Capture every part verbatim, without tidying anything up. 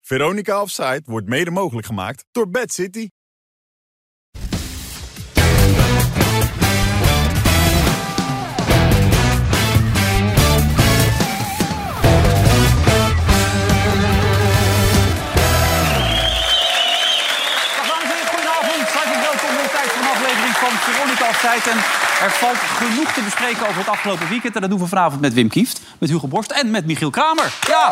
Veronica Offside wordt mede mogelijk gemaakt door Bad City. Van Veronica Offside. En er valt genoeg te bespreken over het afgelopen weekend. En dat doen we vanavond met Wim Kieft, met Hugo Borst en met Michiel Kramer. Ja!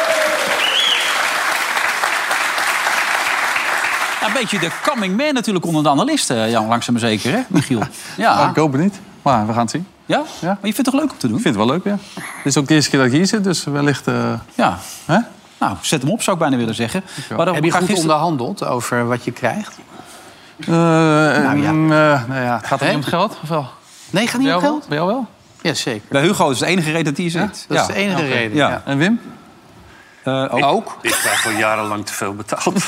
Een beetje de coming man natuurlijk onder de analisten, Jan, langzaam maar zeker, hè, Michiel? Ja. Nou, ik hoop het niet, maar we gaan het zien. Ja? Ja? Maar je vindt het toch leuk om te doen? Ik vind het wel leuk, ja. Het is ook de eerste keer dat ik hier zit, dus wellicht... Uh... Ja. Hè? Nou, zet hem op, zou ik bijna willen zeggen. Maar heb je goed gister... onderhandeld over wat je krijgt? Uh, nou, ja. Uh, nou ja, het gaat niet om het geld, of wel? Nee, het gaat niet om geld? Bij jou wel? Ja, zeker. Bij Hugo is de enige reden dat hij zit. Ja, dat ja. is de enige okay. reden, ja. ja. En Wim? Uh, ook. ook. Ik krijg al jarenlang te veel betaald.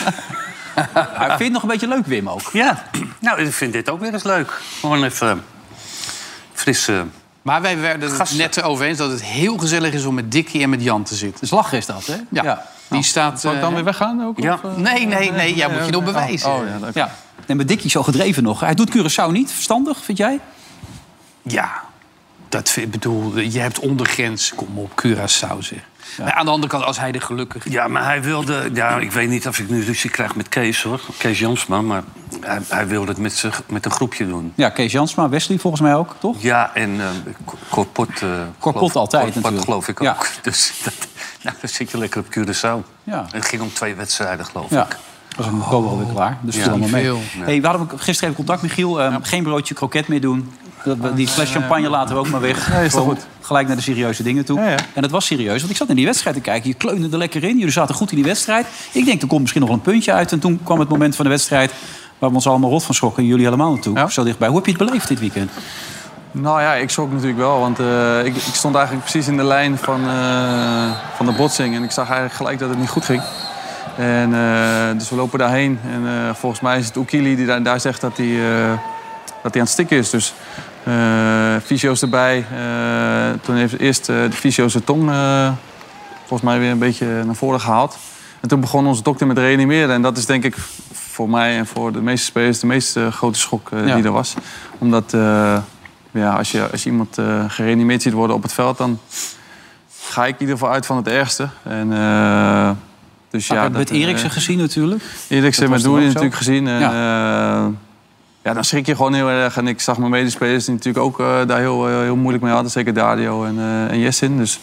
Hij vindt het nog een beetje leuk, Wim, ook. Ja, nou, ik vind dit ook weer eens leuk. Gewoon even uh, frisse... Maar wij werden het net over eens dat het heel gezellig is om met Dickie en met Jan te zitten. Dus lachen is dat, hè? Ja. ja. Die staat... Zal ik dan weer weggaan ook? Ja. Of, uh... Nee, nee, nee. Jij moet je nog bewijzen. Oh, oh, ja, ja. En met Dickie zo gedreven nog. Hij doet Curaçao niet. Verstandig, vind jij? Ja. Dat, ik bedoel, je hebt ondergrens. Kom op, Curaçao, zeg. Ja. Maar aan de andere kant, als hij er gelukkig... Ja, maar hij wilde... Ja, ik weet niet of ik nu ruzie krijg met Kees, hoor. Kees Jansma, maar hij, hij wilde het met, met een groepje doen. Ja, Kees Jansma, Wesley volgens mij ook, toch? Ja, en uh, Corpot... Uh, Corpot altijd, Corpot, natuurlijk. geloof ik ja. ook. Dus dat, nou, dan zit je lekker op Curaçao. Ja. Het ging om twee wedstrijden, geloof ja. ik. Dat was een goal alweer klaar. Dus ja, viel allemaal mee. Nee. Hey, we hadden gisteren even contact, Michiel. Uh, ja. Geen broodje kroket meer doen. Die fles champagne laten we ook maar weg. Nee, is toch goed. Gelijk naar de serieuze dingen toe. Ja, ja. En dat was serieus, want ik zat in die wedstrijd te kijken. Je kleunde er lekker in. Jullie zaten goed in die wedstrijd. Ik denk, er komt misschien nog wel een puntje uit. En toen kwam het moment van de wedstrijd waar we ons allemaal rot van schrokken. En jullie helemaal naartoe. Ja. Zo dichtbij. Hoe heb je het beleefd dit weekend? Nou ja, ik schrok natuurlijk wel. Want uh, ik, ik stond eigenlijk precies in de lijn van, uh, van de botsing. En ik zag eigenlijk gelijk dat het niet goed ging. En, uh, dus we lopen daarheen. En uh, volgens mij is het Oekili die daar, daar zegt dat hij, uh, dat hij aan het stikken is. Dus uh, fysio's erbij. Uh, toen heeft eerst uh, de fysio zijn tong uh, volgens mij weer een beetje naar voren gehaald. En toen begon onze dokter met reanimeren. En dat is denk ik voor mij en voor de meeste spelers de meest uh, grote schok uh, ja. die er was. Omdat uh, ja, als, je, als je iemand uh, gereanimeerd ziet worden op het veld, dan ga ik in ieder geval uit van het ergste. En... Uh, Dus ja, dat, met Eriksen uh, gezien natuurlijk. Eriksen met Doei natuurlijk gezien. En, ja. Uh, ja, dan schrik je gewoon heel erg. En ik zag mijn medespelers die natuurlijk ook uh, daar heel, uh, heel moeilijk mee hadden. Zeker Dario en, uh, en Jessin. Dus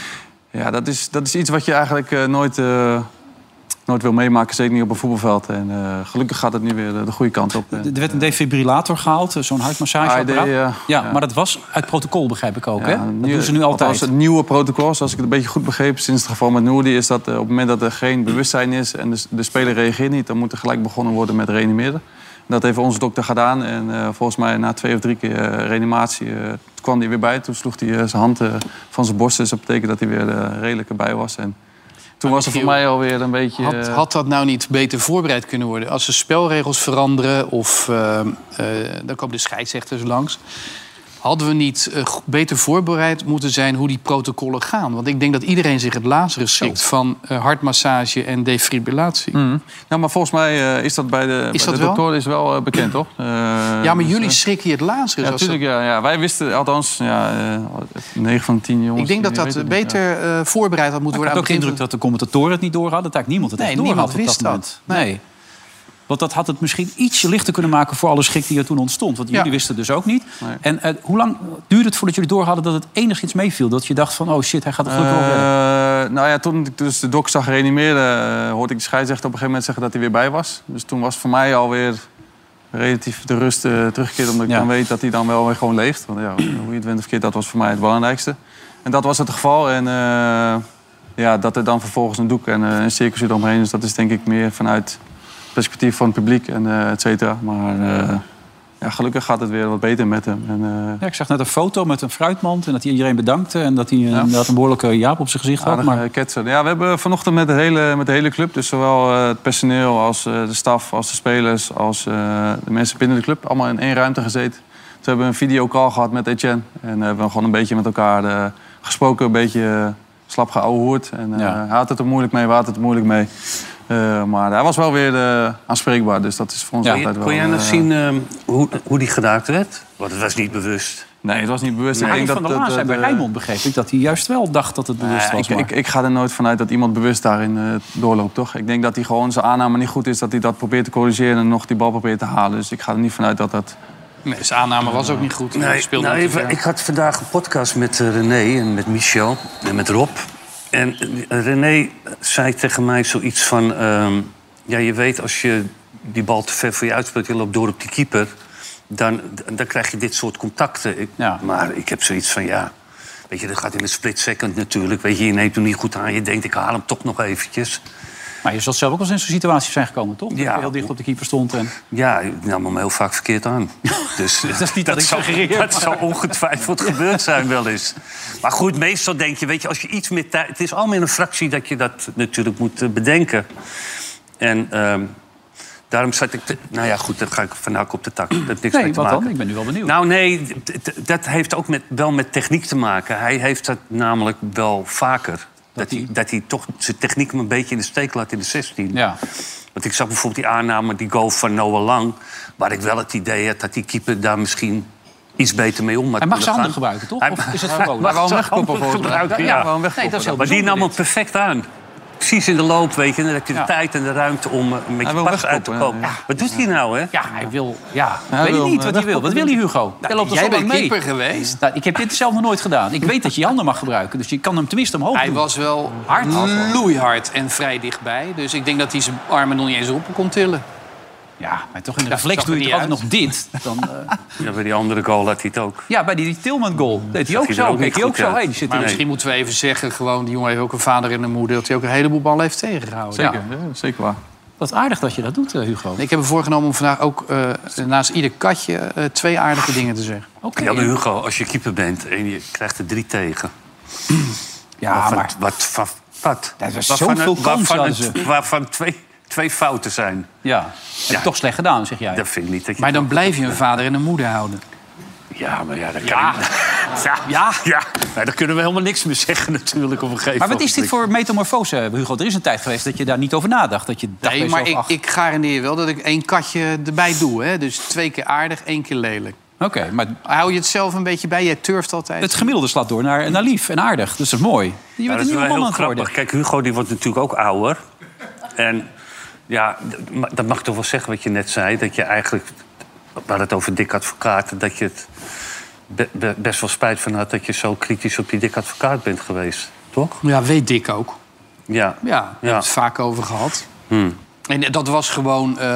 ja, dat is, dat is iets wat je eigenlijk uh, nooit, uh, nooit wil meemaken. Zeker niet op een voetbalveld. En uh, gelukkig gaat het nu weer de, de goede kant op. Er werd een defibrillator gehaald, zo'n hartmassageapparaat. Ja, ja, ja, maar dat was uit protocol, begrijp ik ook. Ja, hè? Dat nieuw, doen ze nu altijd. Het nieuwe protocol, zoals ik het een beetje goed begreep... sinds het geval met Noordi, is dat uh, op het moment dat er geen bewustzijn is... en de, de speler reageert niet, dan moet er gelijk begonnen worden met reanimeren. Dat heeft onze dokter gedaan. En uh, volgens mij na twee of drie keer uh, reanimatie uh, kwam hij weer bij. Toen sloeg hij uh, zijn hand uh, van zijn borst. Dus dat betekent dat hij weer uh, redelijk erbij was. En toen was er voor mij alweer een beetje... Had, had dat nou niet beter voorbereid kunnen worden? Als de spelregels veranderen of uh, uh, dan komen de scheidsrechters langs. Hadden we niet uh, beter voorbereid moeten zijn hoe die protocollen gaan? Want ik denk dat iedereen zich het Lazarus schrikt van uh, hartmassage en defibrillatie. Mm. Nou, maar volgens mij uh, is dat bij de, is bij dat de dokter is wel uh, bekend, toch? Uh, ja, maar dus, jullie schrikken je het Lazarus. Ja, natuurlijk. Ja, ja. Wij wisten, althans, ja, uh, negen van de tien jongens... Ik denk dat dat beter uh, voorbereid had moeten worden. Ik had ook de indruk dat de commentatoren het niet door hadden. Dat eigenlijk niemand het nee, echt door niemand had wist op dat moment. Dat. Nee. Want dat had het misschien ietsje lichter kunnen maken voor alle schrik die er toen ontstond. Want jullie ja. wisten het dus ook niet. Nee. En uh, hoe lang duurde het voordat jullie door hadden dat het enigszins meeviel? Dat je dacht van, oh shit, hij gaat er gelukkig uh, wel redden. Nou ja, toen ik dus de dok zag reanimeren... Uh, hoorde ik de scheidsrechter op een gegeven moment zeggen dat hij weer bij was. Dus toen was voor mij alweer relatief de rust uh, teruggekeerd. Omdat ik ja. dan weet dat hij dan wel weer gewoon leeft. Want ja, hoe je het went of keert, dat was voor mij het belangrijkste. En dat was het geval. En uh, ja, dat er dan vervolgens een doek en uh, een circus eromheen is... dat is denk ik meer vanuit... perspectief van het publiek en uh, et cetera. Maar uh, ja, gelukkig gaat het weer wat beter met hem. En, uh... ja, ik zag net een foto met een fruitmand en dat hij iedereen bedankte. En dat hij ja. inderdaad een behoorlijke jaap op zijn gezicht had. Maar... ketsen. Ja, we hebben vanochtend met de hele, met de hele club... dus zowel uh, het personeel als uh, de staf, als de spelers... als uh, de mensen binnen de club, allemaal in één ruimte gezeten. Toen hebben we een videocall gehad met Etienne. En uh, hebben we gewoon een beetje met elkaar uh, gesproken, een beetje... Uh, slap geouwehoerd. En uh, ja. hij had het er moeilijk mee, we hadden het er moeilijk mee. Uh, maar hij was wel weer uh, aanspreekbaar, dus dat is voor ons ja, altijd wel... Kon jij nog uh, zien uh, hoe, hoe die geraakt werd? Want het was niet bewust. Nee, het was niet bewust. Nee, ik denk van dat, der Laan dat, zei bij uh, Rijnmond, begreep ik, dat hij juist wel dacht dat het bewust uh, was. Ik, ik, ik ga er nooit vanuit dat iemand bewust daarin uh, doorloopt, toch? Ik denk dat hij gewoon zijn aanname niet goed is, dat hij dat probeert te corrigeren en nog die bal probeert te halen. Dus ik ga er niet vanuit dat dat... Nee, zijn aanname was ook niet goed. Nee, nou even, ik had vandaag een podcast met uh, René en met Michel en met Rob. En uh, René zei tegen mij zoiets van... Uh, ja, je weet als je die bal te ver voor je uitspeelt, je loopt door op die keeper... Dan, dan krijg je dit soort contacten. Ik, ja. Maar ik heb zoiets van, ja... Weet je, dat gaat in een split second natuurlijk. Weet je, je neemt hem niet goed aan. Je denkt, ik haal hem toch nog eventjes. Maar je zult zelf ook wel eens in zo'n situatie zijn gekomen, toch? Ja. Dat je heel dicht op de keeper stond. En... Ja, ik nam hem heel vaak verkeerd aan. Dus dat is niet dat, dat ik zou, dat zou ongetwijfeld gebeurd zijn wel eens. Maar goed, meestal denk je, weet je, als je iets meer tijd... Het is al meer een fractie dat je dat natuurlijk moet uh, bedenken. En... Uh, Daarom zat ik... Te... Nou ja, goed, dat ga ik vandaag op de tak. Dat heeft niks nee, mee te wat maken. dan? Ik ben nu wel benieuwd. Nou, nee, dat heeft ook met, wel met techniek te maken. Hij heeft dat namelijk wel vaker. Dat, dat, hij, dat hij toch zijn techniek een beetje in de steek laat in de zestien. Ja. Want ik zag bijvoorbeeld die aanname, die goal van Noah Lang... waar ik wel het idee had dat die keeper daar misschien iets beter mee om had. Hij mag zijn handen gaan. gebruiken, toch? Hij, of is het verboden? Maar wel een wegkoppel gebruiken, ja. ja. Nee, dat is heel maar die nam hem perfect aan. Precies in de loop, weet je. Dan heb je de ja. tijd en de ruimte om uh, met je pas uit te komen. Ja. Wat doet hij nou, hè? Ja, hij wil... Ja, hij weet wil, ik niet wat hij wil. Wat wil hij, Hugo? Nou, loopt jij bent keeper geweest. Nou, ik heb dit zelf nog nooit gedaan. Ik weet dat je je handen mag gebruiken. Dus je kan hem tenminste omhoog hij doen. Hij was wel hard, loeihard en vrij dichtbij. Dus ik denk dat hij zijn armen nog niet eens op kon tillen. Ja, maar toch in de ja, reflex doe je toch altijd nog dit. Dan, uh... Ja, bij die andere goal had hij het ook. Ja, bij die, die Tillman-goal deed hij ook hij zo. ook Keek hij ook zo. Hey, die zit maar misschien moeten we even zeggen... gewoon die jongen heeft ook een vader en een moeder... dat hij ook een heleboel ballen heeft tegengehouden. Zeker, ja. Ja, zeker waar. Wat aardig dat je dat doet, uh, Hugo. Ik heb me voorgenomen om vandaag ook uh, naast ieder katje... Uh, twee aardige dingen te zeggen. Okay. Ja, maar Hugo, als je keeper bent en je krijgt er drie tegen... Ja, waarvan, maar... Wat, wat, wat? Dat was zoveel kans waarvan, waarvan twee... twee fouten zijn. Ja, ja. Toch slecht gedaan, zeg jij. Dat vind ik niet. Dat je maar dan blijf je een vader en een moeder houden. Ja, maar ja, dat kan ja. ja. ja. ja. Nou, daar kunnen we helemaal niks meer zeggen natuurlijk. Op een gegeven maar wat is dit voor metamorfose, Hugo? Er is een tijd geweest dat je daar niet over nadacht. Dat je dacht nee, maar ik, ach... ik garandeer wel dat ik één katje erbij doe. Hè? Dus twee keer aardig, één keer lelijk. Oké, okay, maar... Hou je het zelf een beetje bij? Jij turft altijd. Het gemiddelde slaat door naar, naar lief en aardig. Dus dat is mooi. Je bent ja, een nieuwe man aan het worden. Kijk, Hugo die wordt natuurlijk ook ouder. En... Ja, dat mag ik toch wel zeggen wat je net zei. Dat je eigenlijk, we hadden het over Dick Advocaat... dat je het be, be, best wel spijt van had... dat je zo kritisch op die Dick Advocaat bent geweest, toch? Ja, weet Dick ook. Ja. Ja, daar hebben we het vaak over gehad. Hmm. En dat was gewoon uh,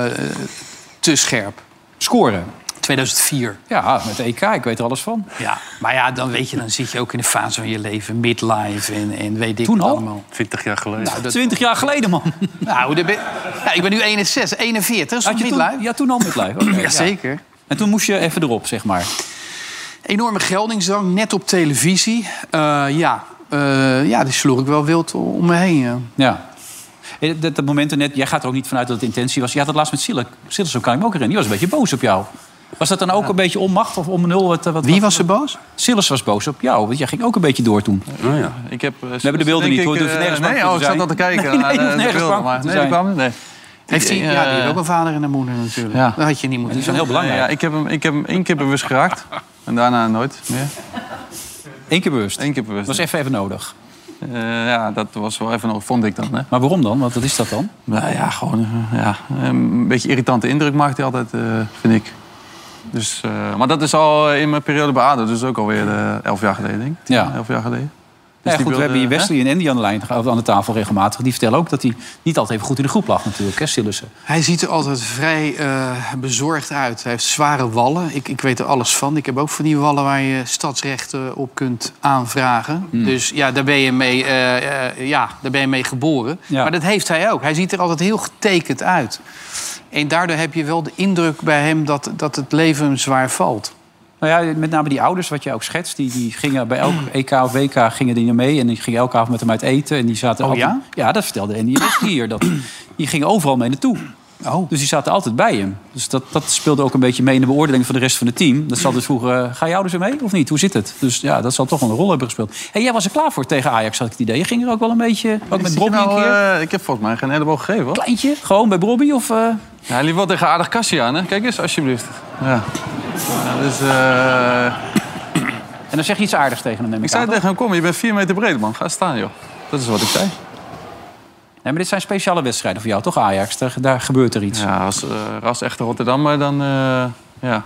te scherp. Scoren. tweeduizend vier. Ja, met E K, ik weet er alles van. Ja, maar ja, dan weet je, dan zit je ook in de fase van je leven, midlife en, en weet ik Toen al? allemaal. twintig jaar geleden. Nou, dat... twintig jaar geleden, man. Nou, ben... ja, ik ben nu eenenzestig, eenenveertig, is midlife? Toen... Ja, toen al midlife. Okay, ja, zeker. Ja. En toen moest je even erop, zeg maar. Enorme geldingsdrang, net op televisie. Uh, ja, uh, ja, die sloeg ik wel wild om me heen. Ja. ja. Dat, dat moment net, jij gaat er ook niet vanuit dat het intentie was. Je had het laatst met Silas, Silas zo kan ik me ook herinneren. Die was een beetje boos op jou. Was dat dan ook ja. een beetje onmacht of om nul? Wat, wat, Wie was er boos? Silas was boos op jou, want jij ging ook een beetje door toen. Oh ja. Ik heb, uh, We hebben de beelden niet, hoor. Ik, uh, nergens nee, oh, ik zat al te kijken. Nee, nee, uh, nergens beelden, maar, nee, kwam, nee. Heeft hij, uh, ja, die heeft ook een vader en een moeder natuurlijk. Ja. Dat had je niet moeten doen. Dat is heel belangrijk. Ja, ik, heb hem, ik heb hem één keer bewust geraakt. En daarna nooit meer. Eén keer bewust? Eén keer bewust. Dat was even, even nodig. Uh, ja, dat was wel even nodig, vond ik dan. Hè. Maar waarom dan? Wat is dat dan? Nou ja, gewoon uh, ja, een beetje irritante indruk maakt hij altijd, uh, vind ik. Dus, uh, maar dat is al in mijn periode bij A D O, dus ook alweer uh, elf jaar geleden, denk ik. Ja. Elf jaar geleden. Dus ja, goed, wilde, we hebben hier Wesley hè? en Andy aan de lijn, aan de tafel regelmatig. Die vertellen ook dat hij niet altijd even goed in de groep lag natuurlijk, hè, Sillissen. Hij ziet er altijd vrij uh, bezorgd uit. Hij heeft zware wallen. Ik, ik weet er alles van. Ik heb ook van die wallen waar je stadsrechten op kunt aanvragen. Hmm. Dus ja, daar ben je mee, uh, uh, ja, daar ben je mee geboren. Ja. Maar dat heeft hij ook. Hij ziet er altijd heel getekend uit. En daardoor heb je wel de indruk bij hem dat, dat het leven hem zwaar valt. Nou ja, met name die ouders, wat jij ook schetst... die, die gingen bij elk E K of W K gingen die mee... en die gingen elke avond met hem uit eten. En die zaten oh altijd... ja? Ja, dat vertelde Andy West hier. Dat, die gingen overal mee naartoe. Oh. Dus die zaten altijd bij hem. Dus dat, dat speelde ook een beetje mee in de beoordeling van de rest van het team. Dat zal dus vroeger, uh, ga je ouders er mee of niet? Hoe zit het? Dus ja, dat zal toch wel een rol hebben gespeeld. Hey, jij was er klaar voor tegen Ajax, had ik het idee. Je ging er ook wel een beetje, ook met Bobby nou, een keer. Uh, ik heb volgens mij geen elleboog gegeven, hoor. Kleintje, gewoon bij Bobby of... Uh... Ja, hij liep wel tegen aardig kastje aan, hè? Kijk eens, alsjeblieft. Ja. Ja, dus... Uh... En dan zeg je iets aardigs tegen hem. Neem ik ik zei aan, tegen hem, kom, je bent vier meter breed, man. Ga staan, joh. Dat is wat ik zei. Nee, maar dit zijn speciale wedstrijden voor jou, toch Ajax? Daar, daar gebeurt er iets. Ja, als uh, ras echte Rotterdammer, dan... Uh, ja.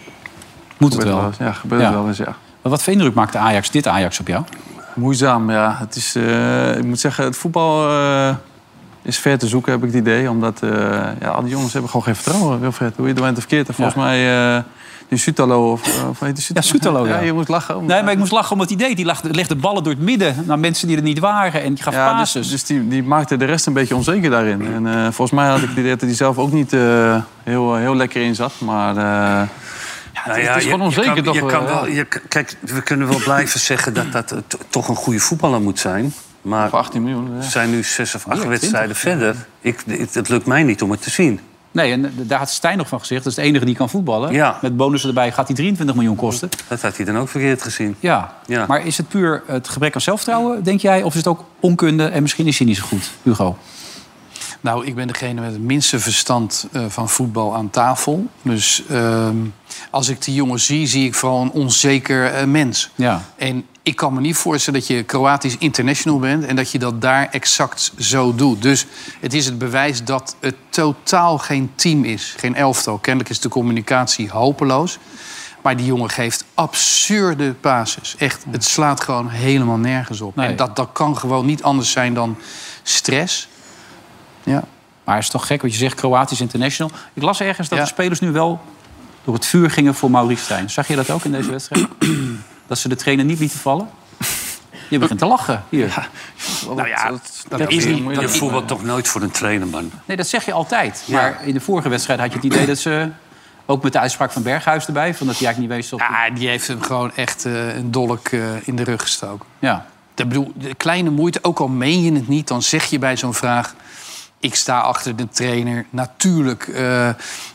Moet het wel. wel eens, ja, gebeurt ja. het wel eens, ja. Maar wat voor indruk maakte Ajax, dit Ajax op jou? Moeizaam, ja. Het is, uh, ik moet zeggen, het voetbal uh, is ver te zoeken, heb ik het idee. Omdat uh, ja, al die jongens hebben gewoon geen vertrouwen, Wilfred. Hoe je het bent of verkeerd. En volgens ja. mij... Uh, Die Sutalo, of, of heet die Sutalo? Ja, Sutalo, ja. ja. Je moet lachen. Om... Nee, maar ik moest lachen om het idee. Die legde ballen door het midden naar mensen die er niet waren. En die gaf ja, passes. Dus, dus die, die maakte de rest een beetje onzeker daarin. En uh, volgens mij had ik het idee dat hij zelf ook niet uh, heel, heel lekker in zat. Maar uh, ja, het, nou ja, het is gewoon onzeker je kan, toch? Je kan wel, je, kijk, we kunnen wel blijven zeggen dat dat t- toch een goede voetballer moet zijn. Maar voor achttien miljoen. We ja. zijn nu zes of acht ja, wedstrijden verder. Ik, het, het lukt mij niet om het te zien. Nee, en daar had Stijn nog van gezegd. Dat is de enige die kan voetballen. Ja. Met bonussen erbij gaat hij drieëntwintig miljoen kosten. Dat had hij dan ook verkeerd gezien. Ja. ja. Maar is het puur het gebrek aan zelfvertrouwen, denk jij? Of is het ook onkunde en misschien is hij niet zo goed? Hugo? Nou, ik ben degene met het minste verstand uh, van voetbal aan tafel. Dus uh, als ik die jongen zie, zie ik vooral een onzeker uh, mens. Ja. En ik kan me niet voorstellen dat je Kroatisch international bent... en dat je dat daar exact zo doet. Dus het is het bewijs dat het totaal geen team is. Geen elftal. Kennelijk is de communicatie hopeloos. Maar die jongen geeft absurde passes. Echt, het slaat gewoon helemaal nergens op. Nee. En dat, dat kan gewoon niet anders zijn dan stress... Ja. Maar het is toch gek wat je zegt, Kroatisch international. Ik las ergens dat ja. de spelers nu wel door het vuur gingen voor Maurice Stijn. Zag je dat ook in deze wedstrijd? Dat ze de trainer niet lieten vallen? Je begint te lachen hier. Ja. Nou ja, dat, dat, dat is niet. Je voetbalt toch nooit voor een trainer, man. Nee, dat zeg je altijd. Ja. Maar in de vorige wedstrijd had je het idee dat ze... Ook met de uitspraak van Berghuis erbij, van dat hij eigenlijk niet wees op... Ja, die heeft hem gewoon echt uh, een dolk uh, in de rug gestoken. Ja. Ik bedoel, de kleine moeite, ook al meen je het niet... dan zeg je bij zo'n vraag... Ik sta achter de trainer. Natuurlijk uh,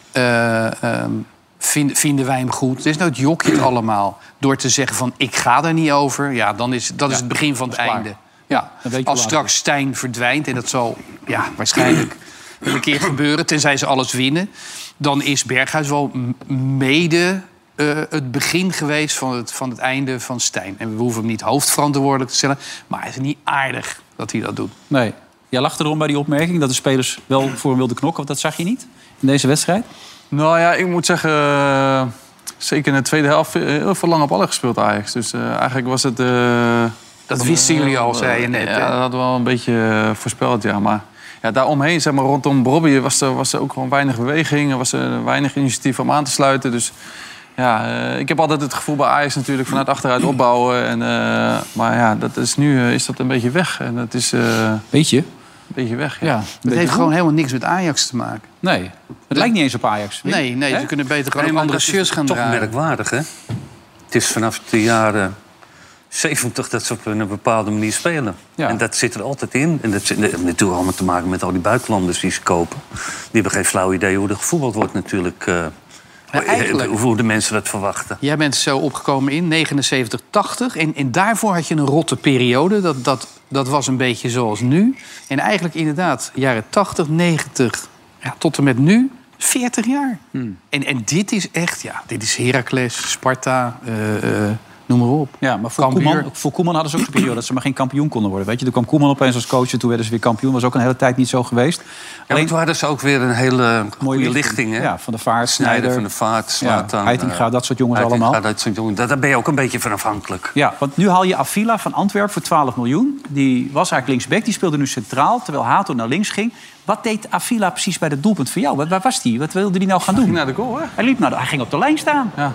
uh, um, vind, vinden wij hem goed. Het is nou het jokje het allemaal. Door te zeggen van ik ga daar niet over. Ja, dan is, dat ja, is het begin van het einde. Ja, als straks Stijn verdwijnt... en dat zal ja, waarschijnlijk een keer gebeuren... tenzij ze alles winnen... dan is Berghuis wel mede... Uh, het begin geweest van het, van het einde van Stijn. En we hoeven hem niet hoofdverantwoordelijk te stellen... maar het is niet aardig dat hij dat doet. Nee. Jij lachte erom bij die opmerking dat de spelers wel voor hem wilden knokken. Dat zag je niet in deze wedstrijd? Nou ja, ik moet zeggen... Uh, zeker in de tweede helft heel veel lang op alle gespeeld Ajax. Dus uh, eigenlijk was het... Uh, dat wisten uh, jullie al, zei je net. Ja, dat hadden we wel een beetje uh, voorspeld, ja. Maar ja, daaromheen, zeg maar, rondom Bobby... was er, was er ook gewoon weinig beweging. Er was er weinig initiatief om aan te sluiten. Dus ja, uh, ik heb altijd het gevoel bij Ajax natuurlijk... vanuit achteruit opbouwen. En, uh, maar ja, dat is, nu uh, is dat een beetje weg. En dat is... Uh, Beetje? Een beetje weg, ja. ja het heeft gewoon helemaal niks met Ajax te maken. Nee, het nee. lijkt niet eens op Ajax. Nee, nee ze kunnen beter gewoon nee, andere shirts gaan dragen. Het is toch merkwaardig, hè? Het is vanaf de jaren zeventig dat ze op een bepaalde manier spelen. Ja. En dat zit er altijd in. En dat heeft natuurlijk allemaal te maken met al die buitenlanders die ze kopen. Die hebben geen flauw idee hoe er gevoetbald wordt natuurlijk... Uh, Ja, eigenlijk, hoe de mensen dat verwachten. Jij bent zo opgekomen in negenenzeventig, tachtig. En, en daarvoor had je een rotte periode. Dat, dat, dat was een beetje zoals nu. En eigenlijk inderdaad, jaren tachtig, negentig, ja, tot en met nu, veertig jaar. Hmm. En, en dit is echt, ja, dit is Heracles, Sparta, uh, uh, noem maar op. Ja, maar voor Koeman, voor Koeman hadden ze ook zo'n periode dat ze maar geen kampioen konden worden. Weet je, toen kwam Koeman opeens als coach en toen werden ze weer kampioen. Was ook een hele tijd niet zo geweest. Ja, alleen toen hadden ze ook weer een hele mooie lichting. lichting hè? Ja, van de Vaart, Snijder, van de Vaart, Zlatan. Ja, Heitinga, dat soort jongens Heitinga, allemaal. Dat soort jongens. Daar ben je ook een beetje van afhankelijk. Ja, want nu haal je Avila van Antwerpen voor twaalf miljoen. Die was eigenlijk linksback, die speelde nu centraal, terwijl Hato naar links ging. Wat deed Avila precies bij het doelpunt voor jou? Waar was hij? Wat wilde hij nou gaan doen? Hij ging naar de goal, hè? Hij liep naar de, hij ging op de lijn staan. Ja.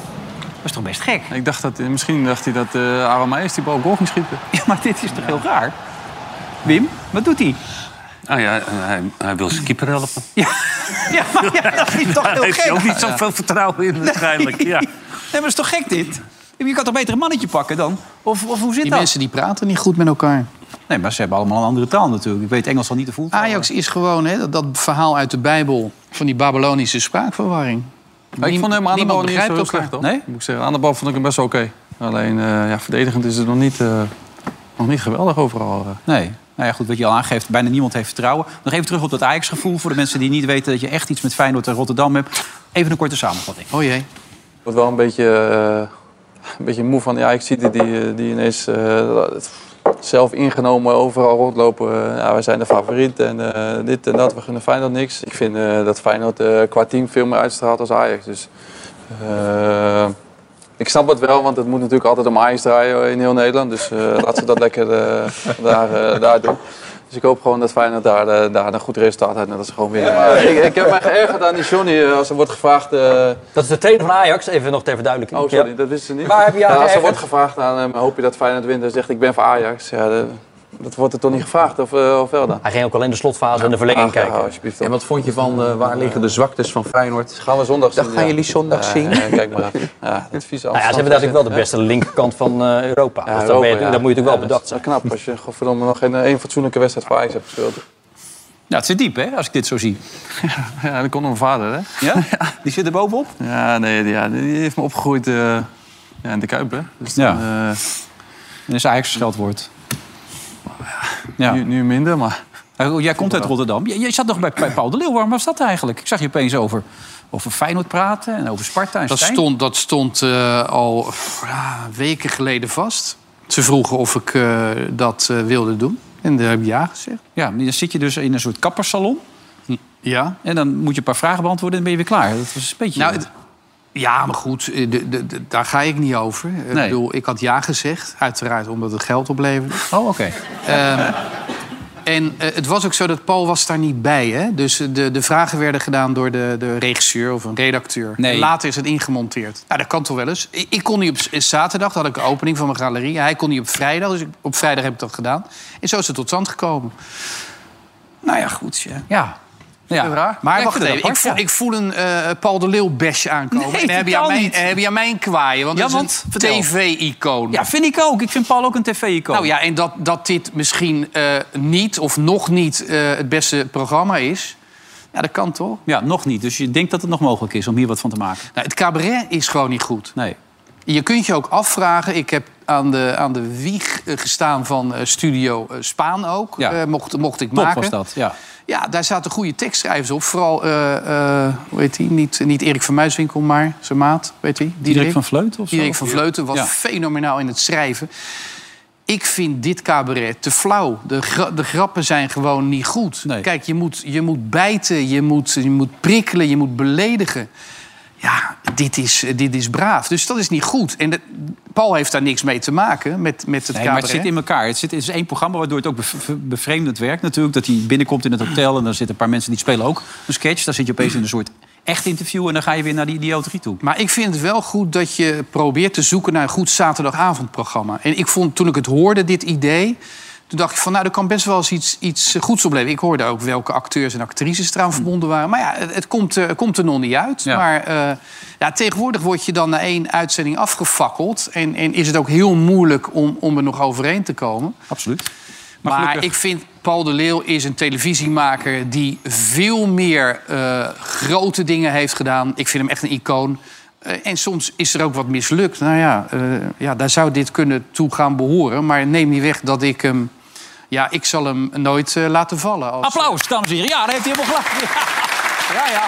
Dat is toch best gek? Ik dacht dat, misschien dacht hij dat uh, Arameis die bal goal ging schieten. Ja, maar dit is toch ja. heel raar? Wim, wat doet hij? Ah ja, hij, hij wil zijn keeper helpen. Ja, ja, maar ja, dat is toch heel gek? Heeft hij ook niet zoveel ja. vertrouwen in waarschijnlijk. Nee. Ja. Nee, maar dat is toch gek dit? Je kan toch beter een mannetje pakken dan? Of, of hoe zit die dat? mensen die praten niet goed met elkaar. Nee, maar ze hebben allemaal een andere taal natuurlijk. Ik weet Engels al niet te voelen. Ajax is gewoon hè, dat, dat verhaal uit de Bijbel van die Babylonische spraakverwarring. Ja, ik vond hem aan de bal niet zo heel elkaar. slecht, toch? Nee? Moet ik zeggen, aan de bal vond ik hem best wel oké. Okay. Alleen, uh, ja, verdedigend is het nog niet, uh, nog niet geweldig overal. Uh. Nee. Nou ja, goed, wat je al aangeeft, bijna niemand heeft vertrouwen. Nog even terug op dat Ajax-gevoel. Voor de mensen die niet weten dat je echt iets met Feyenoord en Rotterdam hebt. Even een korte samenvatting. Oh jee. Ik word wel een beetje, uh, een beetje moe van die Ajax-zieten die, die ineens uh, zelf ingenomen overal rondlopen. Uh, ja, wij zijn de favoriet en uh, dit en dat, we gunnen Feyenoord niks. Ik vind uh, dat Feyenoord uh, qua team veel meer uitstraalt als Ajax. Dus, uh, ik snap het wel, want het moet natuurlijk altijd om Ajax draaien in heel Nederland. Dus uh, laten we dat lekker uh, daar, uh, daar doen. Dus ik hoop gewoon dat Feyenoord daar, uh, daar een goed resultaat heeft en dat ze gewoon winnen. Maar ik, ik heb me geërgerd aan die Johnny uh, als er wordt gevraagd... Uh... Dat is de trainer van Ajax, even nog ter verduidelijking. Oh, sorry, ja. dat wisten ze niet. Maar heb je ja, als er wordt gevraagd aan hem, hoop je dat Feyenoord wint en zegt ik ben voor Ajax. Ja, de, dat wordt er toch niet gevraagd, of, uh, of wel dan? Hij ging ook al in de slotfase ja. en de verlenging Ach, kijken. Ja, alsjeblieft. En wat vond je van uh, waar liggen de zwaktes van Feyenoord? Dat gaan we zondag zien. Dat gaan jullie zondag zien. Ja, ja, kijk maar. Ja, het vieze nou ja, ze hebben natuurlijk wel de beste linkerkant van uh, Europa. Ja, dus Europa, dat, je, ja. dat moet je natuurlijk wel ja, bedacht zijn. Dat is knap als je godverdomme nog geen één fatsoenlijke wedstrijd voor Ajax hebt gespeeld. Ja, het zit diep, hè, als ik dit zo zie. Ja, ja dat kon mijn vader, hè? Ja? Die zit er bovenop? Ja, nee, die, ja, die heeft me opgegroeid uh, ja, in de Kuip, hè? Dus ja. Dan, uh, en is Ajax gescheldwoord. Ja. Nu, nu minder, maar... Jij komt uit Rotterdam. Jij, jij zat nog bij, bij Paul de Leeuw. Waarom was dat eigenlijk? Ik zag je opeens over, over Feyenoord praten en over Sparta en dat Stijn. Stond, dat stond uh, al ja, weken geleden vast. Ze vroegen of ik uh, dat uh, wilde doen. En daar heb ik ja gezegd. Ja, dan zit je dus in een soort kappersalon. Ja. En dan moet je een paar vragen beantwoorden en ben je weer klaar. Dat was een beetje... Nou, het, ja, maar goed, de, de, de, daar ga ik niet over. Nee. Ik bedoel, ik had ja gezegd. Uiteraard omdat het geld opleverde. Oh, oké. Okay. Um, en uh, het was ook zo dat Paul was daar niet bij. Hè? Dus de, de vragen werden gedaan door de, de regisseur of een redacteur. Nee. Later is het ingemonteerd. Nou, dat kan toch wel eens. Ik, ik kon niet op zaterdag, dat had ik de opening van mijn galerie. Hij kon niet op vrijdag, dus ik, op vrijdag heb ik dat gedaan. En zo is het tot stand gekomen. Nou ja, goed. Ja. ja. Ja. Maar ja, wacht ik even, apart, ik, voel, ja. ik voel een uh, Paul de Leeuw-besje aankomen. Nee, en dan heb je, aan mij, heb je aan mij een kwaaien, want ja, dat is want, een tv-icoon. Ja, vind ik ook. Ik vind Paul ook een tv-icoon. Nou ja, en dat, dat dit misschien uh, niet of nog niet uh, het beste programma is... Ja, dat kan toch? Ja, nog niet. Dus je denkt dat het nog mogelijk is om hier wat van te maken? Nou, het cabaret is gewoon niet goed. Nee. Je kunt je ook afvragen... Ik heb aan de, aan de wieg gestaan van uh, Studio uh, Spaan ook. Ja. Uh, mocht, mocht ik Top maken. was dat, ja. Ja, daar zaten goede tekstschrijvers op. Vooral, uh, uh, hoe heet hij? Niet, niet Erik van Muiswinkel, maar zijn maat. Weet hij? Diederik van Vleuten of zo? Diederik van Vleuten was ja. fenomenaal in het schrijven. Ik vind dit cabaret te flauw. De, gra de grappen zijn gewoon niet goed. Nee. Kijk, je moet, je moet bijten, je moet, je moet prikkelen, je moet beledigen. Ja, dit is, dit is braaf. Dus dat is niet goed. En de, Paul heeft daar niks mee te maken met, met het nee, cabaret. maar het zit in elkaar. Het, zit, het is één programma waardoor het ook bevreemdend werkt natuurlijk. Dat hij binnenkomt in het hotel en dan zitten een paar mensen die spelen ook een sketch. Dan zit je opeens in een soort echt interview en dan ga je weer naar die idioterie toe. Maar ik vind het wel goed dat je probeert te zoeken naar een goed zaterdagavondprogramma. En ik vond, toen ik het hoorde, dit idee... Toen dacht ik van, nou, er kan best wel eens iets, iets goeds opleveren. Ik hoorde ook welke acteurs en actrices eraan verbonden waren. Maar ja, het, het, komt, uh, komt er nog niet uit. Ja. Maar uh, ja, tegenwoordig word je dan na één uitzending afgefakkeld. En, en is het ook heel moeilijk om, om er nog overheen te komen. Absoluut. Maar, maar ik vind, Paul de Leeuw is een televisiemaker... die veel meer uh, grote dingen heeft gedaan. Ik vind hem echt een icoon. Uh, en soms is er ook wat mislukt. Nou ja, uh, ja, daar zou dit kunnen toe gaan behoren. Maar neem niet weg dat ik hem... Ja, ik zal hem nooit uh, laten vallen. Als... Applaus, dames en heren. Ja, daar heeft hij helemaal gelijk. Ja, ja.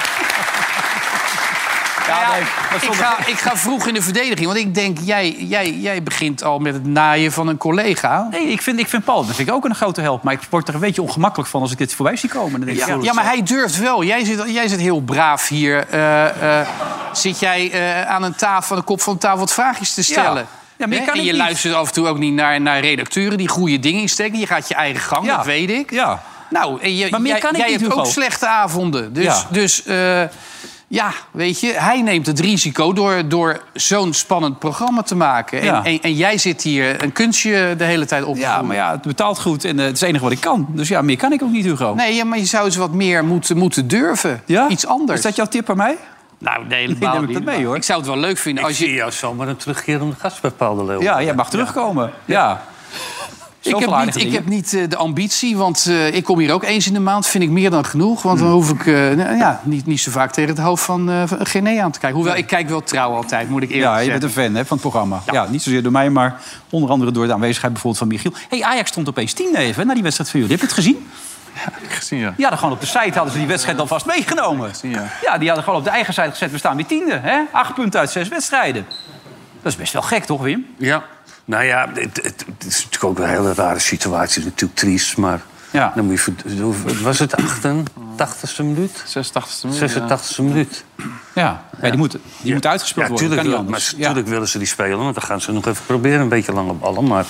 ja, ja nee, ik, ga, ik ga vroeg in de verdediging. Want ik denk, jij, jij, jij begint al met het naaien van een collega. Nee, ik vind, ik vind Paul, dat vind ik ook een grote held. Maar ik word er een beetje ongemakkelijk van als ik dit voorbij zie komen. Dan denk ik, ja, ja, ja, maar hij durft wel. Jij zit, jij zit heel braaf hier. Uh, uh, zit jij uh, aan een tafel, aan de kop van de tafel wat vraagjes te stellen. Ja. Ja, maar je kan en je niet... luistert af en toe ook niet naar, naar redacteuren die goede dingen insteken. Je gaat je eigen gang, ja. dat weet ik. Ja. Nou, en je, maar meer jij, kan ik jij niet, hebt Hugo. ook slechte avonden. Dus, ja, dus uh, ja, weet je, hij neemt het risico door, door zo'n spannend programma te maken. En, ja. en, en jij zit hier een kunstje de hele tijd op te Ja, doen. maar ja, het betaalt goed en uh, het is het enige wat ik kan. Dus ja, meer kan ik ook niet, Hugo. Nee, ja, maar je zou eens wat meer moeten, moeten durven. Ja? Iets anders. Is dat jouw tip aan mij? Nou, nee, helemaal neem ik niet. dat mee, hoor. Ik zou het wel leuk vinden ik als je... zie jou zomaar een terugkerende gast bij Paul de Leeuw. Ja, jij mag terugkomen. Ja. Ik heb, niet, ik heb niet uh, de ambitie, want uh, ik kom hier ook eens in de maand. Vind ik meer dan genoeg, want dan hoef ik uh, nou, ja, niet, niet zo vaak tegen het hoofd van uh, Gené aan te kijken. Hoewel, ik kijk wel trouw altijd, moet ik eerlijk zeggen. Ja, je bent een fan hè, van het programma. Ja. ja, niet zozeer door mij, maar onder andere door de aanwezigheid bijvoorbeeld van Michiel. Hey, Ajax stond opeens tiende even na die wedstrijd van jullie. Heb je het gezien? Ja, ik heb gezien, ja. Ja, dan gewoon op de site hadden ze die wedstrijd alvast meegenomen. Gezien, ja. ja, die hadden gewoon op de eigen site gezet. We staan weer tiende, hè? Acht punten uit zes wedstrijden. Dat is best wel gek, toch, Wim? Ja. Nou ja, het, het, het is natuurlijk ook een hele rare situatie. Natuurlijk triest, maar... Ja. Dan moet je, was het achtentachtigste minuut? zesentachtigste minuut, zesentachtigste ja. minuut. Ja, ja die, moet, die ja. moet uitgespeeld ja, worden. Tuurlijk, kan niet anders. Maar natuurlijk ja. willen ze die spelen, want dan gaan ze nog even proberen. Een beetje lange ballen, maar...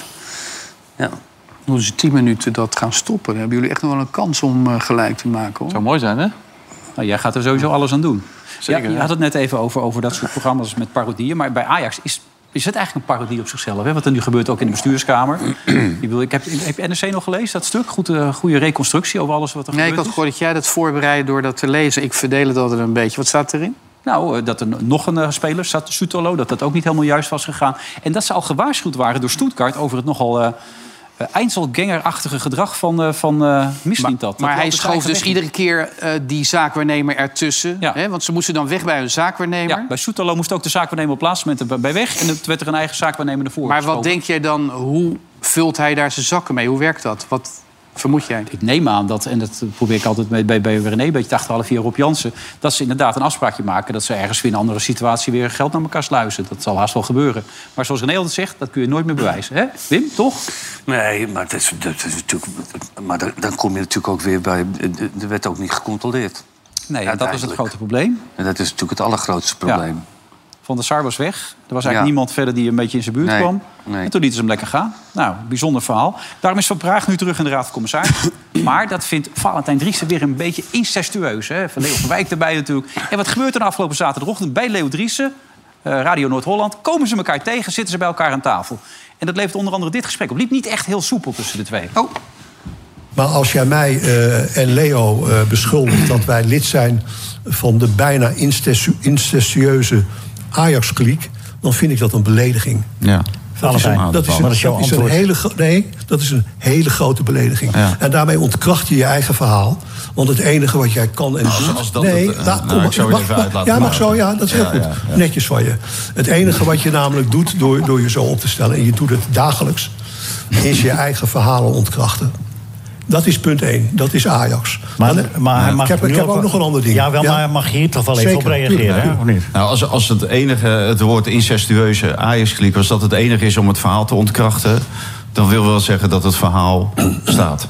Ja. Moeten ze tien minuten dat gaan stoppen? Dan hebben jullie echt nog wel een kans om uh, gelijk te maken, hoor. Zou mooi zijn, hè? Nou, jij gaat er sowieso alles aan doen. Zeker, ja, je had het net even over, over dat soort programma's met parodieën. Maar bij Ajax is, is het eigenlijk een parodie op zichzelf. Hè? Wat er nu gebeurt ook in de bestuurskamer. ik, bedoel, ik heb, heb je N R C nog gelezen, dat stuk? Goed, uh, goede reconstructie over alles wat er nee, gebeurt. Nee, ik had gehoord dat jij dat voorbereidt door dat te lezen. Ik verdeel het altijd een beetje. Wat staat erin? Nou, dat er nog een uh, speler zat, Sutolo, dat dat ook niet helemaal juist was gegaan. En dat ze al gewaarschuwd waren door Stuttgart over het nogal... Uh, Uh, Einzelganger-achtige gedrag van, uh, van uh, Misling dat. Maar dat hij schoof dus weg. iedere keer uh, die zaakwaarnemer ertussen. Ja. Hè? Want ze moesten dan weg bij hun zaakwaarnemer. Ja, bij Soetalo moest ook de zaakwaarnemer op plaatsmomenten bij weg. En het werd er een eigen zaakwaarnemer ervoor Maar geschoven. wat denk jij dan, hoe vult hij daar zijn zakken mee? Hoe werkt dat? Wat vermoed jij? Ik neem aan dat, en dat probeer ik altijd bij, bij, bij René... een beetje te achterhalen via Rob Jansen... dat ze inderdaad een afspraakje maken... dat ze ergens weer in een andere situatie weer geld naar elkaar sluizen. Dat zal haast wel gebeuren. Maar zoals René altijd zegt, dat kun je nooit meer bewijzen. Hè? Wim, toch? Nee, maar, dat is, dat is natuurlijk, maar dan kom je natuurlijk ook weer bij... Er werd ook niet gecontroleerd. Nee, en dat was het grote probleem. En dat is natuurlijk het allergrootste probleem. Ja. Van der Sar was weg. Er was eigenlijk ja. niemand verder die een beetje in zijn buurt nee, kwam. Nee. En toen lieten ze hem lekker gaan. Nou, bijzonder verhaal. Daarom is Van Praag nu terug in de Raad van Commissarissen. Maar dat vindt Valentijn Driessen weer een beetje incestueus. Hè? Van Leo van Wijk erbij natuurlijk. En wat gebeurt er de afgelopen zaterdagochtend bij Leo Driessen? Uh, Radio Noord-Holland. Komen ze elkaar tegen, zitten ze bij elkaar aan tafel. En dat levert onder andere dit gesprek op. Liep niet echt heel soepel tussen de twee. Oh. Maar als jij mij uh, en Leo uh, beschuldigt dat wij lid zijn... van de bijna incestueuze Ajax-kliek... dan vind ik dat een belediging. Ja. Dat is een, dat is een, dat is dat is een hele, nee, dat is een hele grote belediging. Ja. En daarmee ontkracht je je eigen verhaal. Want het enige wat jij kan en nou, doet... Als dat nee, het, uh, nou, nou, ik zou je even uitlaten. Ja, mag zo, ja, dat is heel ja, goed. Ja, ja. Netjes van je. Het enige wat je namelijk doet door, door je zo op te stellen... en je doet het dagelijks... is je eigen verhalen ontkrachten. Dat is punt één. Dat is Ajax. Maar, maar ik mag heb, ik heb ook op, nog een ander ding. Ja, wel, ja? Maar mag je hier toch wel Zeker, even op reageren? Hè? Of niet? Nou, als, als het enige, het woord incestueuze Ajax-kliek... als dat het enige is om het verhaal te ontkrachten... dan wil wel zeggen dat het verhaal staat.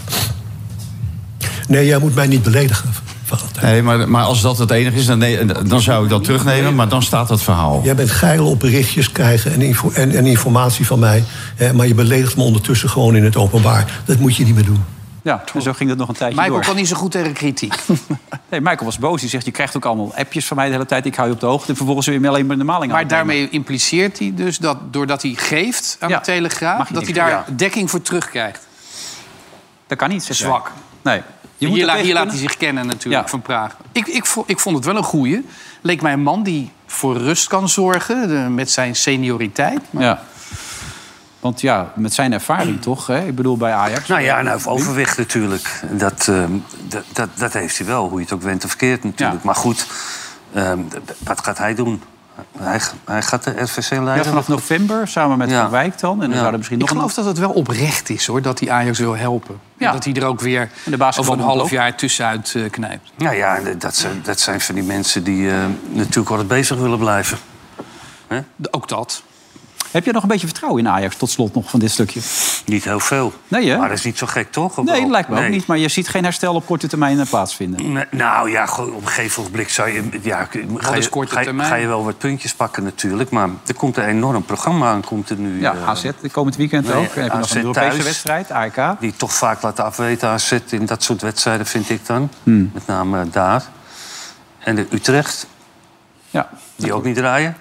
Nee, jij moet mij niet beledigen. Nee, maar, maar als dat het enige is, dan, nee, dan zou ik dat terugnemen. Maar dan staat het verhaal. Jij bent geil op berichtjes krijgen en, info, en, en informatie van mij. Hè, maar je beledigt me ondertussen gewoon in het openbaar. Dat moet je niet meer doen. Ja, en zo ging dat nog een tijdje Michael door. Michael kan niet zo goed tegen kritiek. Nee, Michael was boos. Hij zegt, je krijgt ook allemaal appjes van mij de hele tijd. Ik hou je op de hoogte. En vervolgens weer alleen maar de maling aan. Maar daarmee impliceert hij dus dat doordat hij geeft aan ja. de Telegraaf... dat hij daar ja. dekking voor terugkrijgt. Dat kan niet, zeggen. Zwak. Nee. Je hier, la, hier laat hij zich kennen natuurlijk, ja. van Praag. Ik, ik, ik vond het wel een goeie. Leek mij een man die voor rust kan zorgen de, met zijn senioriteit. Maar... Ja. Want ja, met zijn ervaring toch? Hè? Ik bedoel, bij Ajax... Nou ja, nou, overwicht natuurlijk. Dat, uh, dat, dat, dat heeft hij wel, hoe je het ook went of verkeerd natuurlijk. Ja. Maar goed, uh, wat gaat hij doen? Hij, hij gaat de R V C leiden. Ja, vanaf november, samen met ja. Van Wijk dan. En dan ja. zou er misschien nog ik geloof een... dat het wel oprecht is, hoor, dat hij Ajax wil helpen. Ja. Dat hij er ook weer over een half jaar tussenuit uh, knijpt. Nou ja, dat zijn, dat zijn van die mensen die uh, natuurlijk altijd bezig willen blijven. He? Ook dat. Heb je nog een beetje vertrouwen in Ajax, tot slot nog van dit stukje? Niet heel veel. Nee, hè? Maar dat is niet zo gek, toch? Nee, dat lijkt me nee. ook niet. Maar je ziet geen herstel op korte termijn plaatsvinden. Nee, nou ja, op een gegeven ogenblik zou je... Ja, ga, je, ga, je, ga je wel wat puntjes pakken natuurlijk. Maar er komt een enorm programma aan. Komt er nu, ja, A Z de komend weekend nee, ook. En heb je nog een Europese thuis, wedstrijd, A E K. Die toch vaak laten afweten, A Z in dat soort wedstrijden, vind ik dan. Hmm. Met name daar. En de Utrecht. Ja. Die ook niet draaien.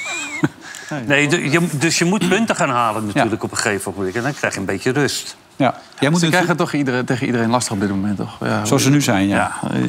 Nee, de, je, dus je moet punten gaan halen natuurlijk ja. op een gegeven moment. En dan krijg je een beetje rust. Ja. Jij moet ze krijgen het toch iedereen, tegen iedereen lastig op dit moment, toch? Ja, zoals ze nu zijn, ja. ja ik,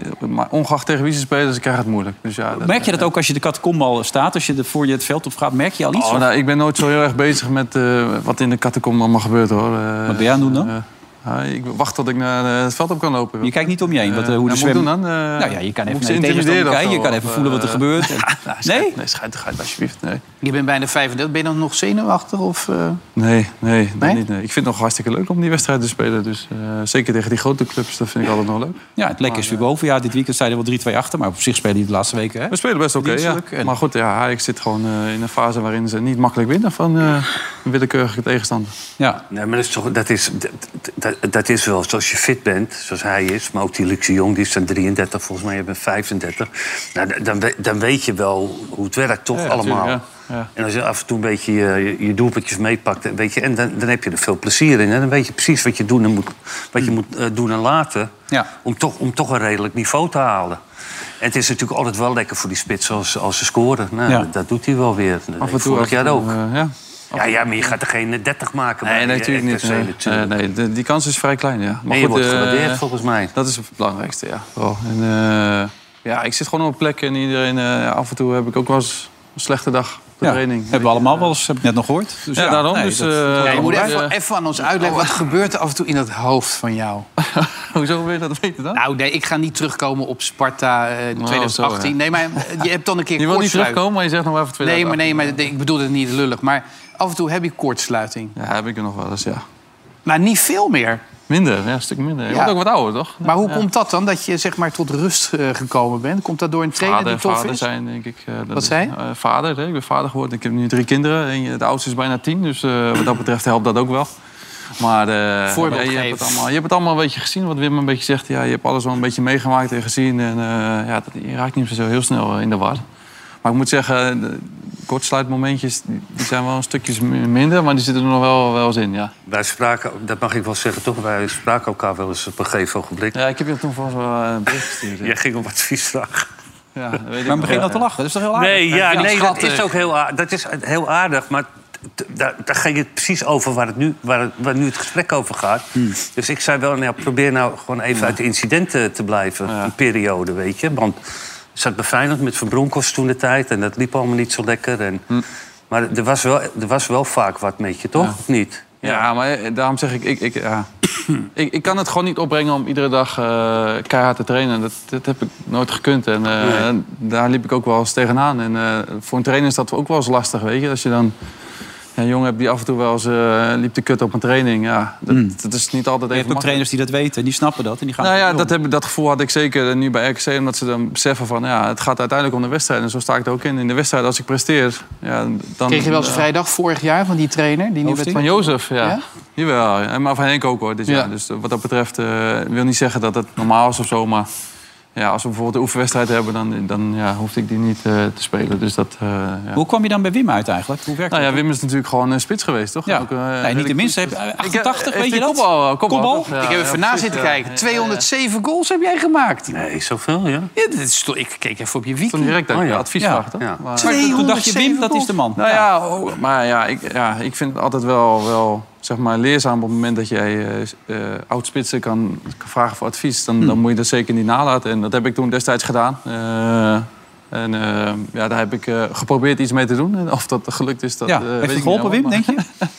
maar ongeacht tegen wie ze spelen, ze krijgen het moeilijk. Dus ja, dat, merk je dat ook als je de katakombe staat, als je er voor je het veld op gaat, merk je al iets? Oh, nou, ik ben nooit zo heel erg bezig met uh, wat in de katakombe allemaal gebeurt, hoor. Uh, wat ben jij aan het doen dan? Uh, Ja, ik wacht tot ik naar het veld op kan lopen. Je kijkt niet om je heen, wat, uh, hoe de ja, zwem... doen dan? Uh, nou ja, je kan even naar de tegenstander kijken, je kan even voelen wat er gebeurt. En... nou, schijt, nee? Nee, schijt, schijt alsjeblieft. Nee. Je bent bijna vijfendertig, ben je dan nog zenuwachtig? Of, uh... Nee, nee, nee? Niet, nee. Ik vind het nog hartstikke leuk om die wedstrijd te spelen. Dus uh, zeker tegen die grote clubs, dat vind ik altijd nog leuk. Ja, het lekker is weer boven. Ja, dit weekend zijn er wel drie twee achter, maar op zich spelen die de laatste weken. Hè? We spelen best oké, okay, ja. En... Maar goed, ja, ik zit gewoon uh, in een fase waarin ze niet makkelijk winnen van uh, een willekeurige tegenstander. Ja. Nee, maar dat is, toch, dat, is, dat, dat, dat is wel, zoals je fit bent, zoals hij is, maar ook die Luxe Jong, die is dan drieëndertig, volgens mij, je bent vijfendertig. Nou, dan, dan weet je wel hoe het werkt, toch, ja, allemaal. Ja, ja. En als je af en toe een beetje je, je doelpuntjes meepakt, weet je, en dan, dan heb je er veel plezier in. En dan weet je precies wat je, doen en moet, wat je moet uh, doen en laten, ja. om, toch, om toch een redelijk niveau te halen. En het is natuurlijk altijd wel lekker voor die spits als, als ze scoren. Nou, ja. dat, dat doet hij wel weer. Dat deed vorig jaar ook. Uh, ja. Ja, ja, maar je gaat er geen dertig maken. Nee, nee, natuurlijk niet. Nee. Natuurlijk. Nee, nee, die kans is vrij klein, ja. Maar nee, goed, je wordt gewaardeerd, uh, volgens mij. Dat is het belangrijkste, ja. Oh, en, uh, ja, ik zit gewoon op plek en iedereen... Uh, af en toe heb ik ook wel eens een slechte dag op de ja, training. Hebben we allemaal wel eens, heb ik net nog gehoord. Dus ja, ja, daarom. Nee, dus, uh, ja, je moet even, even aan ons uitleggen, wat gebeurt er af en toe in het hoofd van jou? Hoezo wil je dat weten dan? Nou, nee, ik ga niet terugkomen op Sparta uh, in twintig achttien. Oh, zo, ja. Nee, maar je hebt dan een keer je wil niet terugkomen, maar je zegt nog even twintig achttien. Nee, maar, nee, maar ik bedoel het niet lullig. Maar af en toe heb je koortssluiting. Ja, heb ik er nog wel eens, ja. Maar niet veel meer. Minder, ja, een stuk minder. Je ja. wordt ook wat ouder, toch? Maar hoe ja. komt dat dan, dat je zeg maar tot rust uh, gekomen bent? Komt dat door een trainer vader, die tof vader is? Zijn, denk ik. Uh, wat zei uh, Vader, hè? Ik ben vader geworden. Ik heb nu drie kinderen. En de oudste is bijna tien, dus uh, wat dat betreft helpt dat ook wel. Maar uh, ja, je, hebt het allemaal, je hebt het allemaal een beetje gezien, wat Wim een beetje zegt. Ja, je hebt alles wel een beetje meegemaakt en gezien. En uh, ja, dat, je raakt niet zo heel snel in de war. Maar ik moet zeggen, de kortsluitmomentjes die zijn wel een stukje minder, maar die zitten er nog wel, wel eens in, ja. Wij spraken, dat mag ik wel zeggen, toch? Wij spraken elkaar wel eens op een gegeven ogenblik. Ja, ik heb je toen volgens mij wel een bericht gestuurd. Jij ging om advies vragen. Ja, dat weet ik maar begin nou ja. te lachen, dat is toch heel aardig? Nee, ja, ja, nee dat is ook heel aardig. Dat is heel aardig, maar daar, daar ging het precies over waar, het nu, waar, het, waar nu het gesprek over gaat. Hmm. Dus ik zei wel, nou, probeer nou gewoon even ja. uit de incidenten te blijven. Ja. Een periode, weet je. Want ik zat bij Feyenoord met Van Bronckhorst toen de tijd. En dat liep allemaal niet zo lekker. En, hmm. Maar er was, wel, er was wel vaak wat met je, toch? Ja. Of niet? Ja, ja, maar daarom zeg ik... Ik, ik, ja. ik, ik kan het gewoon niet opbrengen om iedere dag uh, keihard te trainen. Dat, dat heb ik nooit gekund. En uh, nee. daar liep ik ook wel eens tegenaan. En uh, voor een trainer is dat ook wel eens lastig, weet je. Als je dan... Ja, een jongen hebt die af en toe wel eens uh, liep te kut op een training. Ja, dat, mm. dat is niet altijd even. Je hebt ook trainers die dat weten, die snappen dat en die gaan. Nou ja, dat, heb, dat gevoel had ik zeker nu bij R K C, omdat ze dan beseffen van ja, het gaat uiteindelijk om de wedstrijd. En zo sta ik er ook in. In de wedstrijd, als ik presteer, ja, dan. Kreeg je wel eens uh, vrijdag vorig jaar van die trainer die nu werd van Jozef, ja. ja. Jawel, maar van Henk ook hoor. Dus, ja. Ja, dus wat dat betreft, uh, wil niet zeggen dat het normaal is of zo, maar. Ja, als we bijvoorbeeld een oefenwedstrijd hebben, dan, dan ja, hoefde ik die niet uh, te spelen. Dus dat, uh, ja. Hoe kwam je dan bij Wim uit eigenlijk? Hoe werkt nou ja, dat? Wim is natuurlijk gewoon een spits geweest, toch? Ja. Ook, uh, nee, niet de minste. Heb achtentachtig, ik, weet je dat? Kopbal, kopbal, kopbal? Ja, ik heb even ja, na zitten ja, kijken. tweehonderdzeven ja. goals heb jij gemaakt. Nee, zoveel, ja. ja dat is toch, ik keek even op je wiki. Toen direct oh, ja. advies vragen, toch? Ja. Maar, toen dacht je, Wim, dat is de man. Nou ja, oh, maar ja ik, ja, ik vind het altijd wel... wel zeg maar, leerzaam op het moment dat jij uh, uh, oud-spitsen kan, kan vragen voor advies. Dan, hmm. dan moet je dat zeker niet nalaten. En dat heb ik toen destijds gedaan. Uh, en uh, ja, daar heb ik uh, geprobeerd iets mee te doen. En of dat gelukt is, dat ja. uh, Heeft het geholpen, Wim, denk je?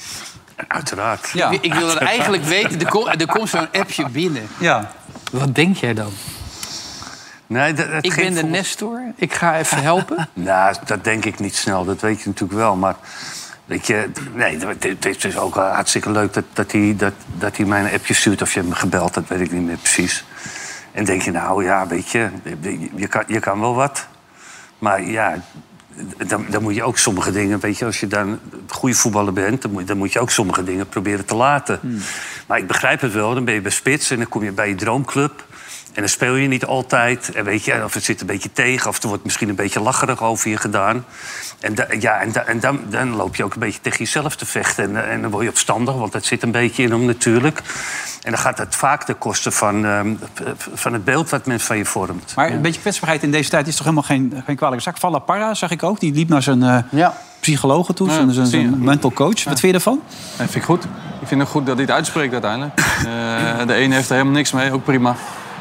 Uiteraard. Ja. Ik, ik wil het eigenlijk weten. Er komt, er komt zo'n appje binnen. Ja. Wat denk jij dan? Nee, dat, dat ik ben de volgens... Nestor. Ik ga even helpen. Nou, dat denk ik niet snel. Dat weet je natuurlijk wel. Maar... Weet je, nee, het is dus ook hartstikke leuk dat, dat, hij, dat, dat hij mij een appje stuurt of je hebt me gebeld, dat weet ik niet meer precies. En denk je, nou ja, weet je, je kan, je kan wel wat. Maar ja, dan, dan moet je ook sommige dingen, weet je, als je dan een goede voetballer bent, dan moet, dan moet je ook sommige dingen proberen te laten. Hmm. Maar ik begrijp het wel, dan ben je bij spits en dan kom je bij je droomclub. En dan speel je niet altijd. En weet je, of het zit een beetje tegen, of er wordt misschien een beetje lacherig over je gedaan. En, da, ja, en, da, en dan, dan loop je ook een beetje tegen jezelf te vechten. En, en dan word je opstandig, want dat zit een beetje in hem natuurlijk. En dan gaat het vaak ten koste van, um, van het beeld wat men van je vormt. Maar een beetje kwetsbaarheid in deze tijd is toch helemaal geen, geen kwalijke zaak. Valla Parra zag ik ook, die liep naar zijn uh, ja. psycholoog toe, ja, zijn, zijn mental coach. Ja. Wat vind je ervan? Ja, vind ik goed. Ik vind het goed dat hij het uitspreekt uiteindelijk. uh, de ene heeft er helemaal niks mee, ook prima.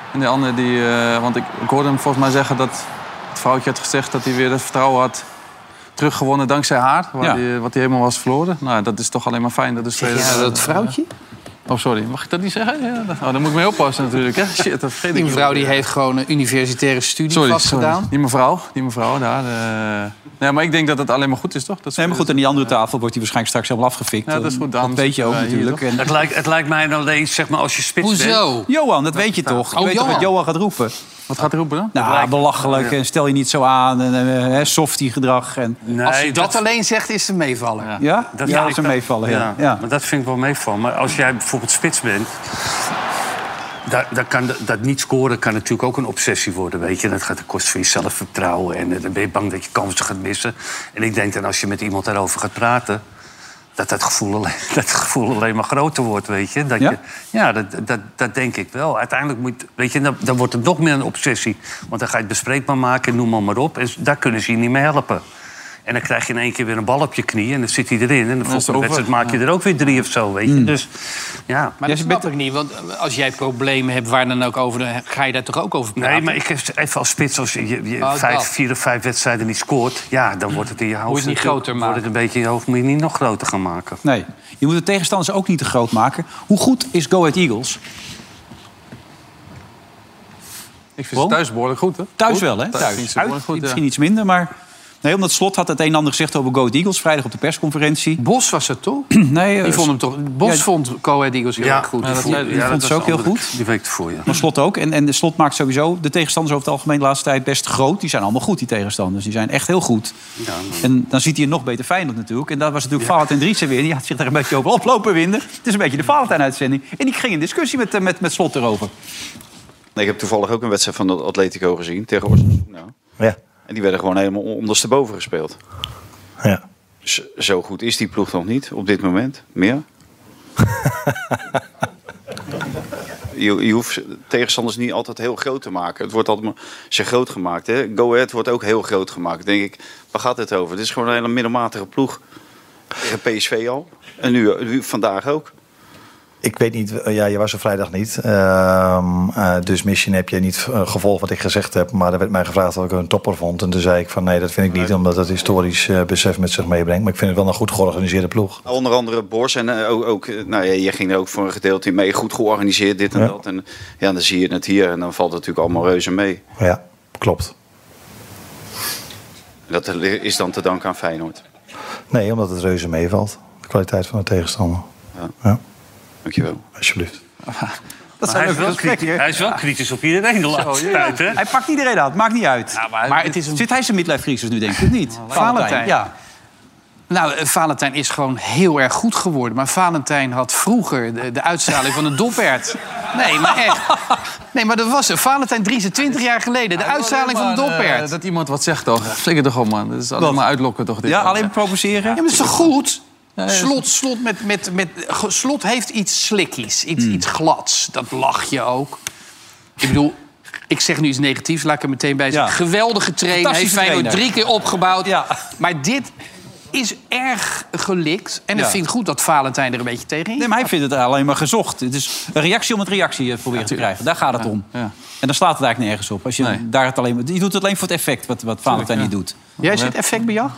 En de andere die... Uh, want ik, ik hoorde hem volgens mij zeggen dat... Het vrouwtje had gezegd dat hij weer het vertrouwen had teruggewonnen dankzij haar. Waar Ja. die, wat hij helemaal was verloren. Nou, dat is toch alleen maar fijn. Dat is Zeg jij dat vrouwtje? Oh, sorry. Mag ik dat niet zeggen? Ja, dat, oh, daar moet ik mee oppassen natuurlijk. Hè? Shit, dat vergeet ik. Die mevrouw die heeft gewoon een universitaire studie sorry, vast sorry. gedaan. Die mevrouw, die mevrouw daar. Uh... Nee, maar ik denk dat het alleen maar goed is, toch? Dat Nee, maar goed, aan die andere tafel wordt hij waarschijnlijk straks helemaal afgefikt. Ja, dat is goed. Dat weet je ook uh, natuurlijk. En... Het, lijkt, het lijkt mij alleen, zeg maar, als je spits Hoezo? bent... Johan, dat weet je toch? Je Oh, weet toch Johan. wat Johan gaat roepen? Wat gaat hij roepen dan? Nou, lijkt- belachelijk. Ja. En stel je niet zo aan. En, uh, softie gedrag. En... Nee, Als je dat, alleen zegt, is het een meevaller. Ja. Ja? Dat ja, vind dat ik is een wel- meevallen. Ja. Ja, Ja. maar dat vind ik wel meevallen. Maar als jij bijvoorbeeld spits bent... Daar, daar kan, dat niet scoren kan natuurlijk ook een obsessie worden, weet je. Dat gaat ten koste van je zelfvertrouwen. En uh, dan ben je bang dat je kansen gaat missen. En ik denk dat als je met iemand daarover gaat praten... dat dat gevoel alleen, dat het gevoel alleen maar groter wordt, weet je. Dat Ja? je ja, dat, dat, dat denk ik wel. Uiteindelijk moet, weet je, dan, dan wordt het nog meer een obsessie. Want dan ga je het bespreekbaar maken, noem maar, maar op. En daar kunnen ze je niet mee helpen. En dan krijg je in één keer weer een bal op je knie en dan zit hij erin. En de volgende over. wedstrijd maak je er ook weer drie of zo, weet je. Mm. Dus ja... Maar dat snap ik niet, want als jij problemen hebt waar dan ook over... dan ga je daar toch ook over praten? Nee, maar ik heb even als spits, als je, je Oh, vijf, dat. vier of vijf wedstrijden niet scoort... ja, dan wordt het in je hoofd... Moet je het niet natuurlijk- groter Wordt het een beetje in je hoofd, moet je niet nog groter gaan maken. Nee, je moet de tegenstanders ook niet te groot maken. Hoe goed is Go Ahead Eagles? Ik vind ze thuis behoorlijk goed, hè? Thuis Goed. wel, hè? Thuis Thuis. vind ik ze Uit, behoorlijk goed, misschien ja. iets minder, maar... Nee, omdat Slot had het een en ander gezegd over Go Ahead Eagles... vrijdag op de persconferentie. Bos was het toch? Nee, Die eh, vond hem toch... Bos ja, vond Go Ahead Eagles heel Ja, erg goed. ja, Die dat- vond- ja, die vond dat ze was ook heel andere- goed. Die week ervoor, ja. Maar Slot ook. En, en de Slot maakt sowieso de tegenstanders over het algemeen de laatste tijd best groot. Die zijn allemaal goed, die tegenstanders. Die zijn echt heel goed. Ja, maar- En dan ziet hij er nog beter Feyenoord natuurlijk. En dat was natuurlijk Valentijn Driessen weer. Die had zich daar een beetje over oplopen winden. Het is een beetje de Valentijn-uitzending. En ik ging in discussie met, eh, met, met Slot erover. Nee, ik heb toevallig ook een wedstrijd van de Atletico gezien tegen Osasuna. Ja. En die werden gewoon helemaal ondersteboven gespeeld. Ja. Z- zo goed is die ploeg nog niet op dit moment. Meer? je, je hoeft tegenstanders niet altijd heel groot te maken. Het wordt altijd maar ze groot gemaakt. Hè? Go Ahead wordt ook heel groot gemaakt. Dan denk ik, waar gaat het over? Dit is gewoon een hele middelmatige ploeg. Tegen P S V al. En nu, nu vandaag ook. Ik weet niet, ja, je was er vrijdag niet. Ehm, uh, dus misschien heb je niet uh, gevolgd wat ik gezegd heb. Maar er werd mij gevraagd wat ik een topper vond. En toen zei ik van nee, dat vind ik niet. Omdat het historisch uh, besef met zich meebrengt. Maar ik vind het wel een goed georganiseerde ploeg. Onder andere Bors en uh, ook, ook uh, nou ja, je ging er ook voor een gedeelte in mee. Goed georganiseerd, dit en Ja. dat. En ja, dan zie je het hier en dan valt het natuurlijk allemaal reuze mee. Ja, klopt. Dat is dan te danken aan Feyenoord. Nee, omdat het reuze meevalt. De kwaliteit van de tegenstander. Ja. Ja, Dankjewel. alsjeblieft. Dat Maar zijn hij, is ook wel gesprekken. kritisch, hij is wel kritisch op iedereen de laatste tijd, hè? Hij pakt iedereen aan, het maakt niet uit. Ja, maar, maar het is een... Zit hij zijn midlife crisis nu, denk ik, of niet? Valentijn. Ja. Nou, eh, Valentijn is gewoon heel erg goed geworden. Maar Valentijn had vroeger de, de uitstraling van een doppert. Nee, maar echt. Nee, maar dat was er. Valentijn Driessen, twintig jaar geleden. De uitstraling van een doppert. Uh, dat iemand wat zegt toch? Zeker toch op, man. Dat is alleen Wat? maar uitlokken toch? Dit Ja, allemaal. alleen provoceren? Ja, maar dat is toch goed? Ja, ja, Slot, slot, met, met, met, slot heeft iets slickies, iets, iets glads. Dat lach je ook. Ik bedoel, ik zeg nu iets negatiefs, laat ik er meteen bij zeggen. Ja. Geweldige trainer, heeft Fantastische Feyenoord trainer. drie keer opgebouwd. Ja. Maar dit is erg gelikt. En ik Ja. vind het goed dat Valentijn er een beetje tegen in. Nee, maar hij vindt het alleen maar gezocht. Het is een reactie om het reactie eh, proberen te krijgen. Daar gaat het om. Ja. En dan slaat het eigenlijk nergens op. Als je, Nee. daar het alleen, je doet het alleen voor het effect, wat, wat Valentijn ja. niet doet. Jij zit effectbejag?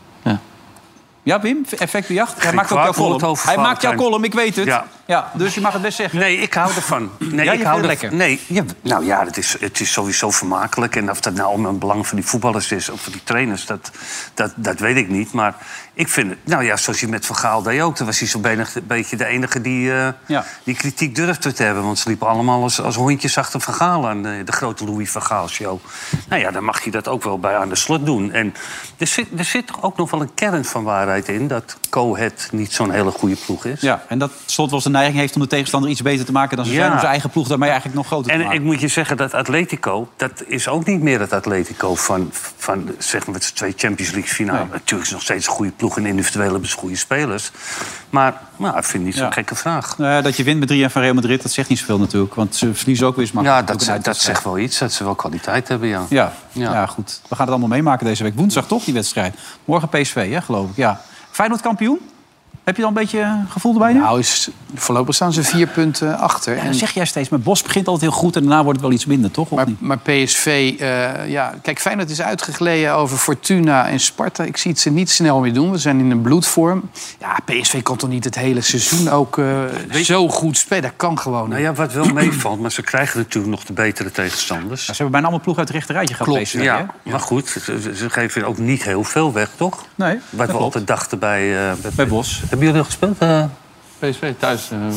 Ja, Wim? Effectbejag? Hij Geen maakt ook jouw kwaad woord column. over Hij maakt jouw Valentijn. column, ik weet het. Ja. Ja. Dus je mag het best zeggen. Nee, ik hou ervan. Nee, Ja, ik je hou vindt het er- lekker? Nee, ja, nou ja, het is, het is sowieso vermakelijk. En of dat nou om een belang van die voetballers is of van die trainers, dat, dat, dat weet ik niet. Maar ik vind het, nou ja, zoals je met Van Gaal deed ook. Dan was hij zo'n benig- beetje de enige die, uh, Ja. die die kritiek durfde te hebben. Want ze liepen allemaal als, als hondjes achter Van Gaal aan de, de grote Louis van Gaal show. Nou ja, dan mag je dat ook wel bij aan de Slot doen. En er zit, er zit toch ook nog wel een kern van waarheid in dat Go Ahead niet zo'n hele goede ploeg is. Ja, en dat Slot wel de neiging heeft om de tegenstander iets beter te maken dan ze Ja. zijn. Om zijn eigen ploeg daarmee eigenlijk nog groter te En maken. ik moet je zeggen dat Atletico, dat is ook niet meer het Atletico van, van zeg maar, met twee Champions League finale. Nee. Natuurlijk is het nog steeds een goede ploeg en individueel hebben ze goede spelers. Maar nou, ik vind het niet zo'n Ja. gekke vraag. Nou, dat je wint met drie een van Real Madrid, dat zegt niet zoveel natuurlijk. Want ze verliezen ook weer eens makkelijk. Ja, dat, Ook een dat uitwedstrijd. zegt wel iets, dat ze wel kwaliteit hebben, ja. Ja. Ja. Ja. goed. We gaan het allemaal meemaken deze week. Woensdag toch, die wedstrijd. Morgen P S V, hè, geloof ik. Ja. Feyenoord kampioen? Heb je dan een beetje gevoel erbij nu? Nou, is, voorlopig staan ze vier punten achter. Ja, en zeg jij steeds, maar Bos begint altijd heel goed... en daarna wordt het wel iets minder, toch? Maar, maar P S V, uh, ja... Kijk, Feyenoord is uitgegleden over Fortuna en Sparta. Ik zie het ze niet snel meer doen. We zijn in een bloedvorm. Ja, P S V kan toch niet het hele seizoen ook uh, zo goed spelen? Dat kan gewoon niet. Nou ja, wat wel meevalt, maar ze krijgen natuurlijk nog de betere tegenstanders. Ja, ze hebben bijna allemaal ploeg uit het rechterrijtje gehad. Klopt, P S V, ja, ja. Maar goed, ze, ze geven ook niet heel veel weg, toch? Nee, wat we klopt. altijd dachten bij... Uh, bij, bij Bos. Hebben jullie al gespeeld? Uh... P S V thuis. Uh,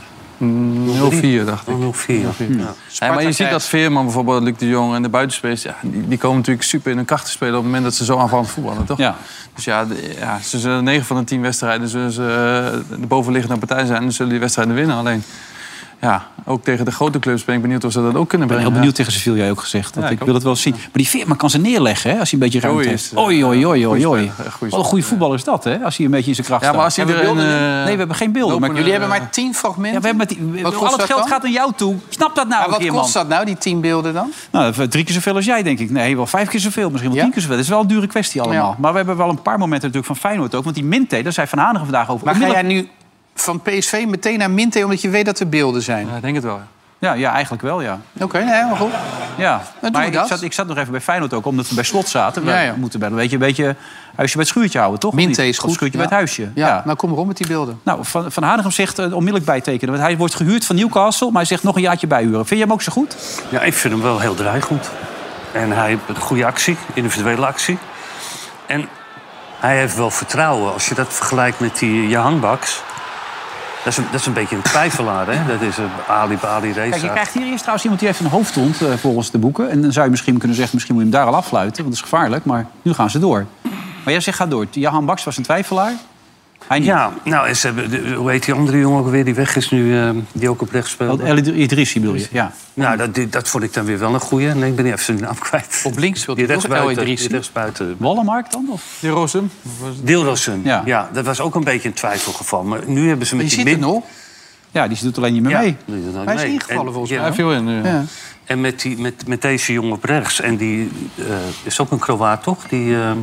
nul vier, dacht ik. nul vier. Ja. Ja, maar je ziet dat Veerman bijvoorbeeld, Luc de Jong en de buitenspelers... Ja, die, die komen natuurlijk super in hun kracht te spelen... op het moment dat ze zo aanvallend voetballen, toch? Ja. Dus ja, de, ja ze zullen negen van de tien wedstrijden... zullen ze uh, de bovenliggende partij zijn... en zullen die wedstrijden winnen. Alleen, ja, ook tegen de grote clubs ben ik benieuwd of ze dat ook kunnen brengen. Ik ben heel benieuwd tegen Sevilla, jij ook gezegd. Dat ja, ik, ik wil het wel zien. Maar die Veerman kan ze neerleggen, hè, als hij een beetje ruimte heeft. Oei, oei, oei, oei, oei. Wat een goede voetballer is dat, hè? Als hij een beetje in zijn kracht ja, maar als staat. hij er een, uh, nee, we hebben geen beelden. Maar jullie hebben maar tien fragmenten? Ja, we hebben die, wat al het geld dan? Gaat aan jou toe. Snap dat nou, ja, wat keer, kost dat nou, die tien beelden dan? Nou, drie keer zoveel als jij, denk ik. Nee, wel vijf keer zoveel. Misschien wel ja? tien keer zoveel. Dat is wel een dure kwestie allemaal. Ja. Maar we hebben wel een paar momenten natuurlijk van Feyenoord ook. Want die Minte, daar zei Van Hanegem vandaag over. Maar ga jij nu van P S V meteen naar Minte... omdat je weet dat er beelden zijn? Ja, ik denk het wel, ja. Ja, ja, eigenlijk wel, ja. Oké, okay, nee, helemaal goed. Ja, dan maar ik, ik zat, ik zat nog even bij Feyenoord ook, omdat we bij Slot zaten. We ja, ja. moeten wel een beetje, een beetje huisje bij het schuurtje houden, toch? Minte is goed. Schuurtje ja. bij het huisje. Ja. Ja. Nou, kom maar op met die beelden. Nou, Van, van Hanegem zegt uh, onmiddellijk bijtekenen. Want hij wordt gehuurd van Newcastle, maar hij zegt nog een jaartje bijhuren. Vind je hem ook zo goed? Ja, ik vind hem wel heel draaigoed. En hij heeft een goede actie, individuele actie. En hij heeft wel vertrouwen. Als je dat vergelijkt met die Jahan Baks... Dat is, een, dat is een beetje een twijfelaar, hè? Dat is een Ali Bali race. Kijk, je krijgt hier eerst trouwens iemand die heeft een hoofdhond, uh, volgens de boeken. En dan zou je misschien kunnen zeggen, misschien moet je hem daar al affluiten. Want dat is gevaarlijk, maar nu gaan ze door. Maar jij zegt, ga door. Jahan Baks was een twijfelaar. Hij niet. Ja, nou, en ze hebben, de, hoe heet die andere jongen ook weer die weg is nu, uh, die ook op rechts speelde? El Idrissi bedoel je, ja. Nou, dat, die, dat vond ik dan weer wel een goeie. Nee, ik ben niet even zijn naam kwijt. Op links speelt hij ook El Idrissi. Die rechtsbuiten. Wallenmark dan? Of? Dilrosun. Dilrosun, ja. ja. Dat was ook een beetje een twijfelgeval. Maar nu hebben ze met die die... zit er nog? Ja, die doet alleen niet meer ja, mee. Hij is ingevallen en, volgens mij. Ja, hij viel in nu. Ja. En met, die, met, met deze jongen op rechts. En die uh, is ook een Kroaat, toch? Die... Uh,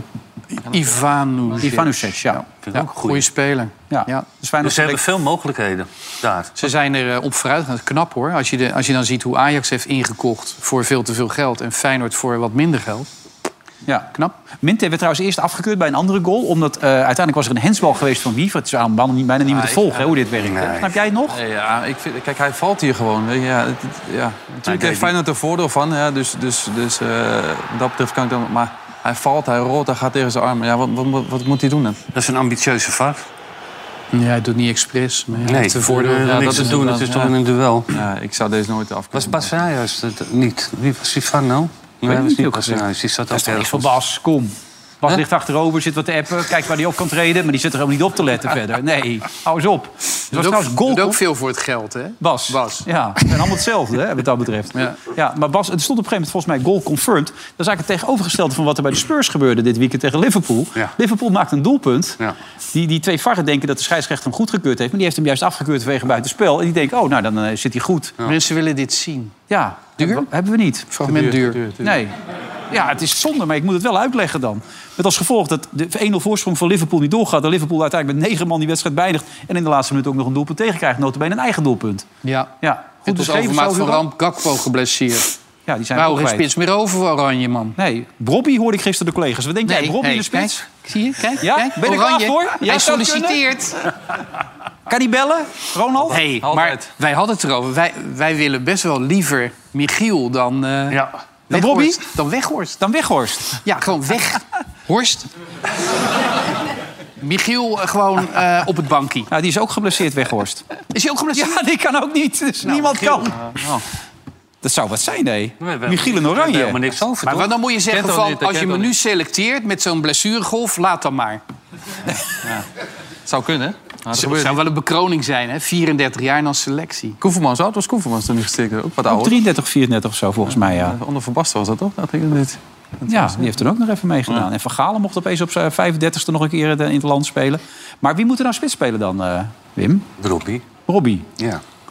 Ivanušić. Ivanušić, ja. ja ook een goede speler. Ja. Ja. Dus, dus ze hebben veel mogelijkheden daar. Ze zijn er uh, op vooruit gegaan. Knap hoor. Als je, de, als je dan ziet hoe Ajax heeft ingekocht voor veel te veel geld... en Feyenoord voor wat minder geld. Ja, knap. Minte werd trouwens eerst afgekeurd bij een andere goal. Omdat uh, uiteindelijk was er een hensbal geweest van Wiever. Het is aan bijna niet, bijna niet meer te volgen, hè, hoe dit werkt. Nee. Snap jij het nog? Nee, ja, ik vind, kijk, hij valt hier gewoon. Ja, het, ja. Natuurlijk heeft Feyenoord er voordeel van. Ja, dus dus, dus uh, dat betreft kan ik dan... Maar hij valt, hij rolt, hij gaat tegen zijn armen. Ja, wat, wat, wat moet hij doen dan? Dat is een ambitieuze vaart. Ja, hij doet niet expres. Maar nee, heeft voordeel. Ja, ja, dat is doen. Het is toch in een duel. Ja, ik zou deze nooit afkomen. Was Bas juist niet? Wie was die van nou? Nee, dat is niet Bas Die zat dat is toch niks van Bas, kom. Bas ligt achterover, zit wat te appen. Kijkt waar hij op kan treden, maar die zit er helemaal niet op te letten verder. Nee, hou eens op. Het was trouwens goal. Doet ook veel voor het geld, hè? Bas. Bas. Ja, en allemaal hetzelfde, hè, wat dat betreft. Ja. Ja, maar Bas, het stond op een gegeven moment volgens mij goal confirmed. Dat is eigenlijk het tegenovergestelde van wat er bij de Spurs gebeurde dit weekend tegen Liverpool. Ja. Liverpool maakt een doelpunt. Ja. Die, die twee varren denken dat de scheidsrechter hem goedgekeurd heeft. Maar die heeft hem juist afgekeurd vanwege buitenspel. En die denken, oh, nou, dan uh, zit hij goed. Ja. Mensen willen dit zien. Ja, duur? Hebben, hebben we niet. Fragment duur. duur, duur. Nee. Ja, het is zonde, maar ik moet het wel uitleggen dan. Met als gevolg dat de één nul voorsprong van Liverpool niet doorgaat. En Liverpool uiteindelijk met negen man die wedstrijd beëindigt. En in de laatste minuut ook nog een doelpunt tegenkrijgt. Notabene een eigen doelpunt. Ja. Ja. Goed dus overmaat van Ramp Gakpo geblesseerd. Ja, die zijn nou, geen spits meer over voor Oranje, man. Nee, Brobby hoorde ik gisteren de collega's. Wat denk jij, nee, Brobby hey, in de spits? Kijk, zie je? Kijk, ja? kijk. Ben je er klaar voor? Ja, hij solliciteert. Kan hij bellen, Ronald? Hey, maar wij hadden het erover. Wij, wij willen best wel liever Michiel dan... Uh, ja. Dan Brobby? Dan Weghorst. Dan Weghorst. Ja, gewoon weg. Horst. Michiel uh, gewoon uh, op het bankje. Nou, die is ook geblesseerd, Weghorst. Is hij ook geblesseerd? Ja, die kan ook niet. Dus nou, niemand Michiel. kan. Uh, oh. Dat zou wat zijn, nee. Michiel in Oranje. We hebben niks over, maar toch? dan moet je zeggen, van, niet, als je me niet. nu selecteert met zo'n blessuregolf, laat dan maar. Ja. Het zou kunnen, hè? Het zou niet. wel een bekroning zijn, hè? vierendertig jaar en dan selectie. Koevermans, oud was Koevermans toen niet gestikt. Ook wat ouder. drieëndertig, vierendertig of zo, volgens ja, mij, ja. Onder Van Basten was dat, toch? Dat ik niet. Dat ja, die heeft toen ook nog even meegedaan. Ja. En Van Galen mocht opeens op zijn vijfendertigste nog een keer in het land spelen. Maar wie moet er nou spits spelen dan, uh, Wim? Robbie. Robbie. Ja.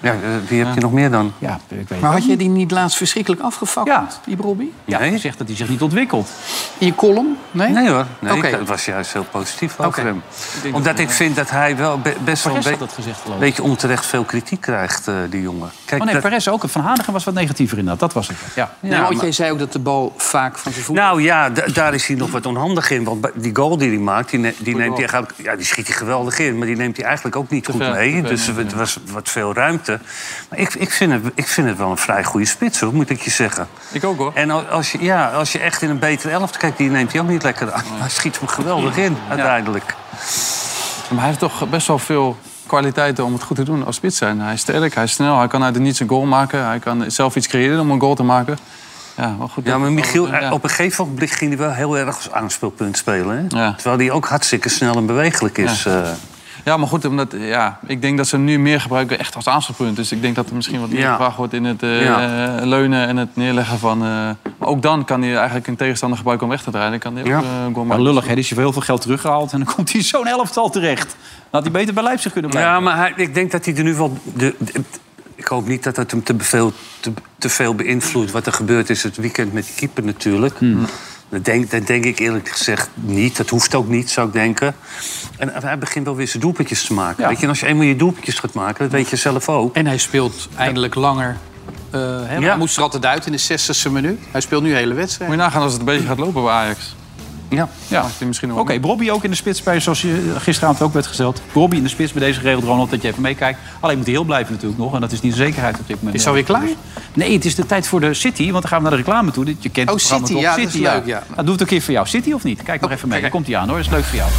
Ja, wie heb je nog meer dan? Ja, ik weet maar had je die niet laatst verschrikkelijk afgevat, ja. die Robbie? Ja, hij zegt dat hij zich niet ontwikkelt. In je column? Nee? Nee hoor, nee, okay. het was juist heel positief over okay. hem. Ik Omdat ik vind dat hij wel be best wel een be gezegd, beetje onterecht veel kritiek krijgt, uh, die jongen. Kijk, oh nee, dat... Perez ook. Van Hanegem was wat negatiever in dat. Dat was het. Ja. Ja, ja, want maar... jij zei ook dat de bal vaak van zijn voet... Nou ja, daar is hij nog wat onhandig in. Want die goal die hij maakt, die, ne die, neemt hij eigenlijk, ja, die schiet hij geweldig in. Maar die neemt hij eigenlijk ook niet te goed ver, mee. Dus er ja. was wat veel ruimte. Maar ik, ik, vind het, ik vind het wel een vrij goede spits, hoor, moet ik je zeggen. Ik ook, hoor. En als je, ja, als je echt in een betere elftal kijkt, die neemt hij ook niet lekker aan. Hij schiet hem geweldig in, uiteindelijk. Ja. Maar hij heeft toch best wel veel kwaliteiten om het goed te doen als spits zijn. Hij is sterk, hij is snel, hij kan uit het niets een goal maken. Hij kan zelf iets creëren om een goal te maken. Ja, wel goed. Ja, maar Michiel, ja. op een gegeven moment ging hij wel heel erg als aanspeelpunt spelen. Hè? Ja. Terwijl hij ook hartstikke snel en bewegelijk is. Ja. Uh... Ja, maar goed, omdat, ja, ik denk dat ze hem nu meer gebruiken echt als aanspeelpunt. Dus ik denk dat er misschien wat meer ja. gevraagd wordt in het uh, ja. leunen en het neerleggen van... Uh, maar ook dan kan hij eigenlijk een tegenstander gebruiken om weg te draaien. Kan hij ook, ja. uh, maar lullig, hè? Die is je heel veel geld teruggehaald en dan komt hij zo'n elftal terecht. Dan had hij beter bij Leipzig kunnen blijven. Ja, maar hij, ik denk dat hij er nu wel... De, de, ik hoop niet dat het hem te veel, te, te veel beïnvloedt. Wat er gebeurd is het weekend met die keeper natuurlijk. Hmm. Dat denk, dat denk ik eerlijk gezegd niet. Dat hoeft ook niet, zou ik denken. En hij begint wel weer zijn doelpuntjes te maken. Ja. Weet je, en als je eenmaal je doelpuntjes gaat maken, dat weet je zelf ook. En hij speelt eindelijk langer. Uh, hè, ja. Hij moest er altijd uit in de zestigste minuut. Hij speelt nu de hele wedstrijd. Moet je nagaan als het een beetje gaat lopen bij Ajax. Ja. ja. Oké, okay, Robbie ook in de spits, bij, zoals je gisteravond ook werd gesteld. Robbie in de spits bij deze geregeld, Ronald, dat je even meekijkt. Alleen moet hij heel blijven natuurlijk nog. En dat is niet de zekerheid op dit moment. Is het alweer klaar? Nee, het is de tijd voor de City. Want dan gaan we naar de reclame toe. Je kent oh, het City, ja, City, dat is ja. leuk, ja. Nou, doe het een keer voor jou. City of niet? Kijk maar oh, even mee. Daar komt hij aan, hoor. Dat is leuk voor jou.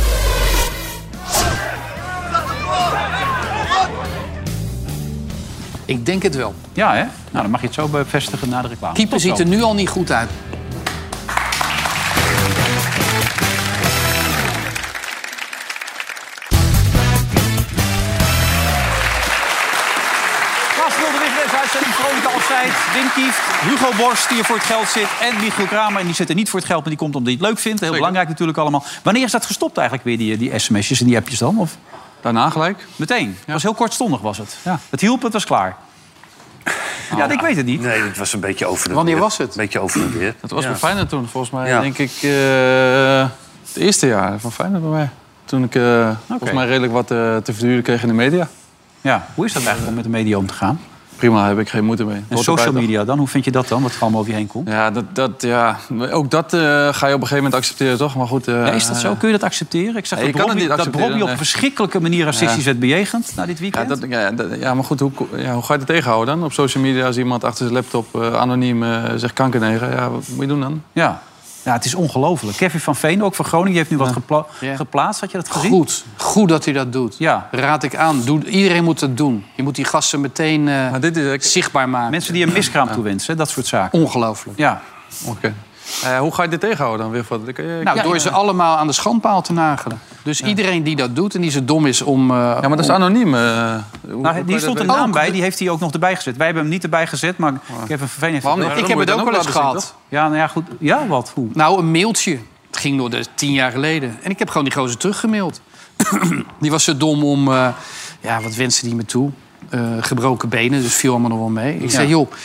Ik denk het wel. Ja, hè? Nou, dan mag je het zo bevestigen na de reclame. Keeper ziet er nu al niet goed uit. Wim Kieft, Hugo Borst, die er voor het geld zit, en Michiel Kramer. En die zit er niet voor het geld, maar die komt omdat hij het leuk vindt. Heel Zeker. Belangrijk natuurlijk allemaal. Wanneer is dat gestopt eigenlijk weer, die, die sms'jes en die appjes dan? Of? Daarna gelijk. Meteen? Het ja. was heel kortstondig, was het. Ja. Het hielp, het was klaar. Oh, ja, ik weet het niet. Nee, het was een beetje over de Wanneer was het? Een beetje over de weer. Het was ja. bij Feyenoord toen, volgens mij. Ja. Denk ik uh, het eerste jaar van Feyenoord bij mij. Toen ik uh, okay. volgens mij redelijk wat uh, te verduren kreeg in de media. Ja, hoe is dat eigenlijk om met de media om te gaan? Prima, daar heb ik geen moeite mee. En social media dan? Hoe vind je dat dan? Wat er allemaal over je heen komt? Ja, dat, dat, ja ook dat uh, ga je op een gegeven moment accepteren, toch? Maar goed, uh, ja, is dat zo? Kun je dat accepteren? Ik zag nee, dat Robbie Robbie op een verschrikkelijke manier racistisch ja. werd bejegend na dit weekend. Ja, dat, ja, dat, ja maar goed, hoe, ja, hoe ga je het tegenhouden dan? Op social media als iemand achter zijn laptop uh, anoniem uh, zegt kankerneger. Ja, wat moet je doen dan? Ja. Ja, het is ongelooflijk. Kevin van Veen, ook van Groningen, die heeft nu wat gepla ja. geplaatst. Had je dat gezien? Goed. Goed dat hij dat doet. Ja. Raad ik aan. Doe, iedereen moet dat doen. Je moet die gasten meteen uh, maar dit is, zichtbaar maken. Mensen die een miskraam ja. toewensen, dat soort zaken. Ongelooflijk. Ja. Oké. Okay. Uh, hoe ga je dit tegenhouden dan weer? Nou, ja, door ja. ze allemaal aan de schandpaal te nagelen. Dus ja. iedereen die dat doet en die zo dom is om... Uh, ja, maar dat is anoniem. Uh, hoe, nou, die stond een naam bij, die heeft hij ook nog erbij gezet. Wij hebben hem niet erbij gezet, maar oh. Kevin van Veen heeft het Ik heb het ook wel eens gehad. Ja, nou ja, goed. Ja, wat? Hoe? Nou, een mailtje. Het ging door de tien jaar geleden. En ik heb gewoon die gozer teruggemaild. Die was zo dom om... Uh, ja, wat wenste die me toe? Uh, gebroken benen, dus viel allemaal nog wel mee. Ik ja. zei, joh...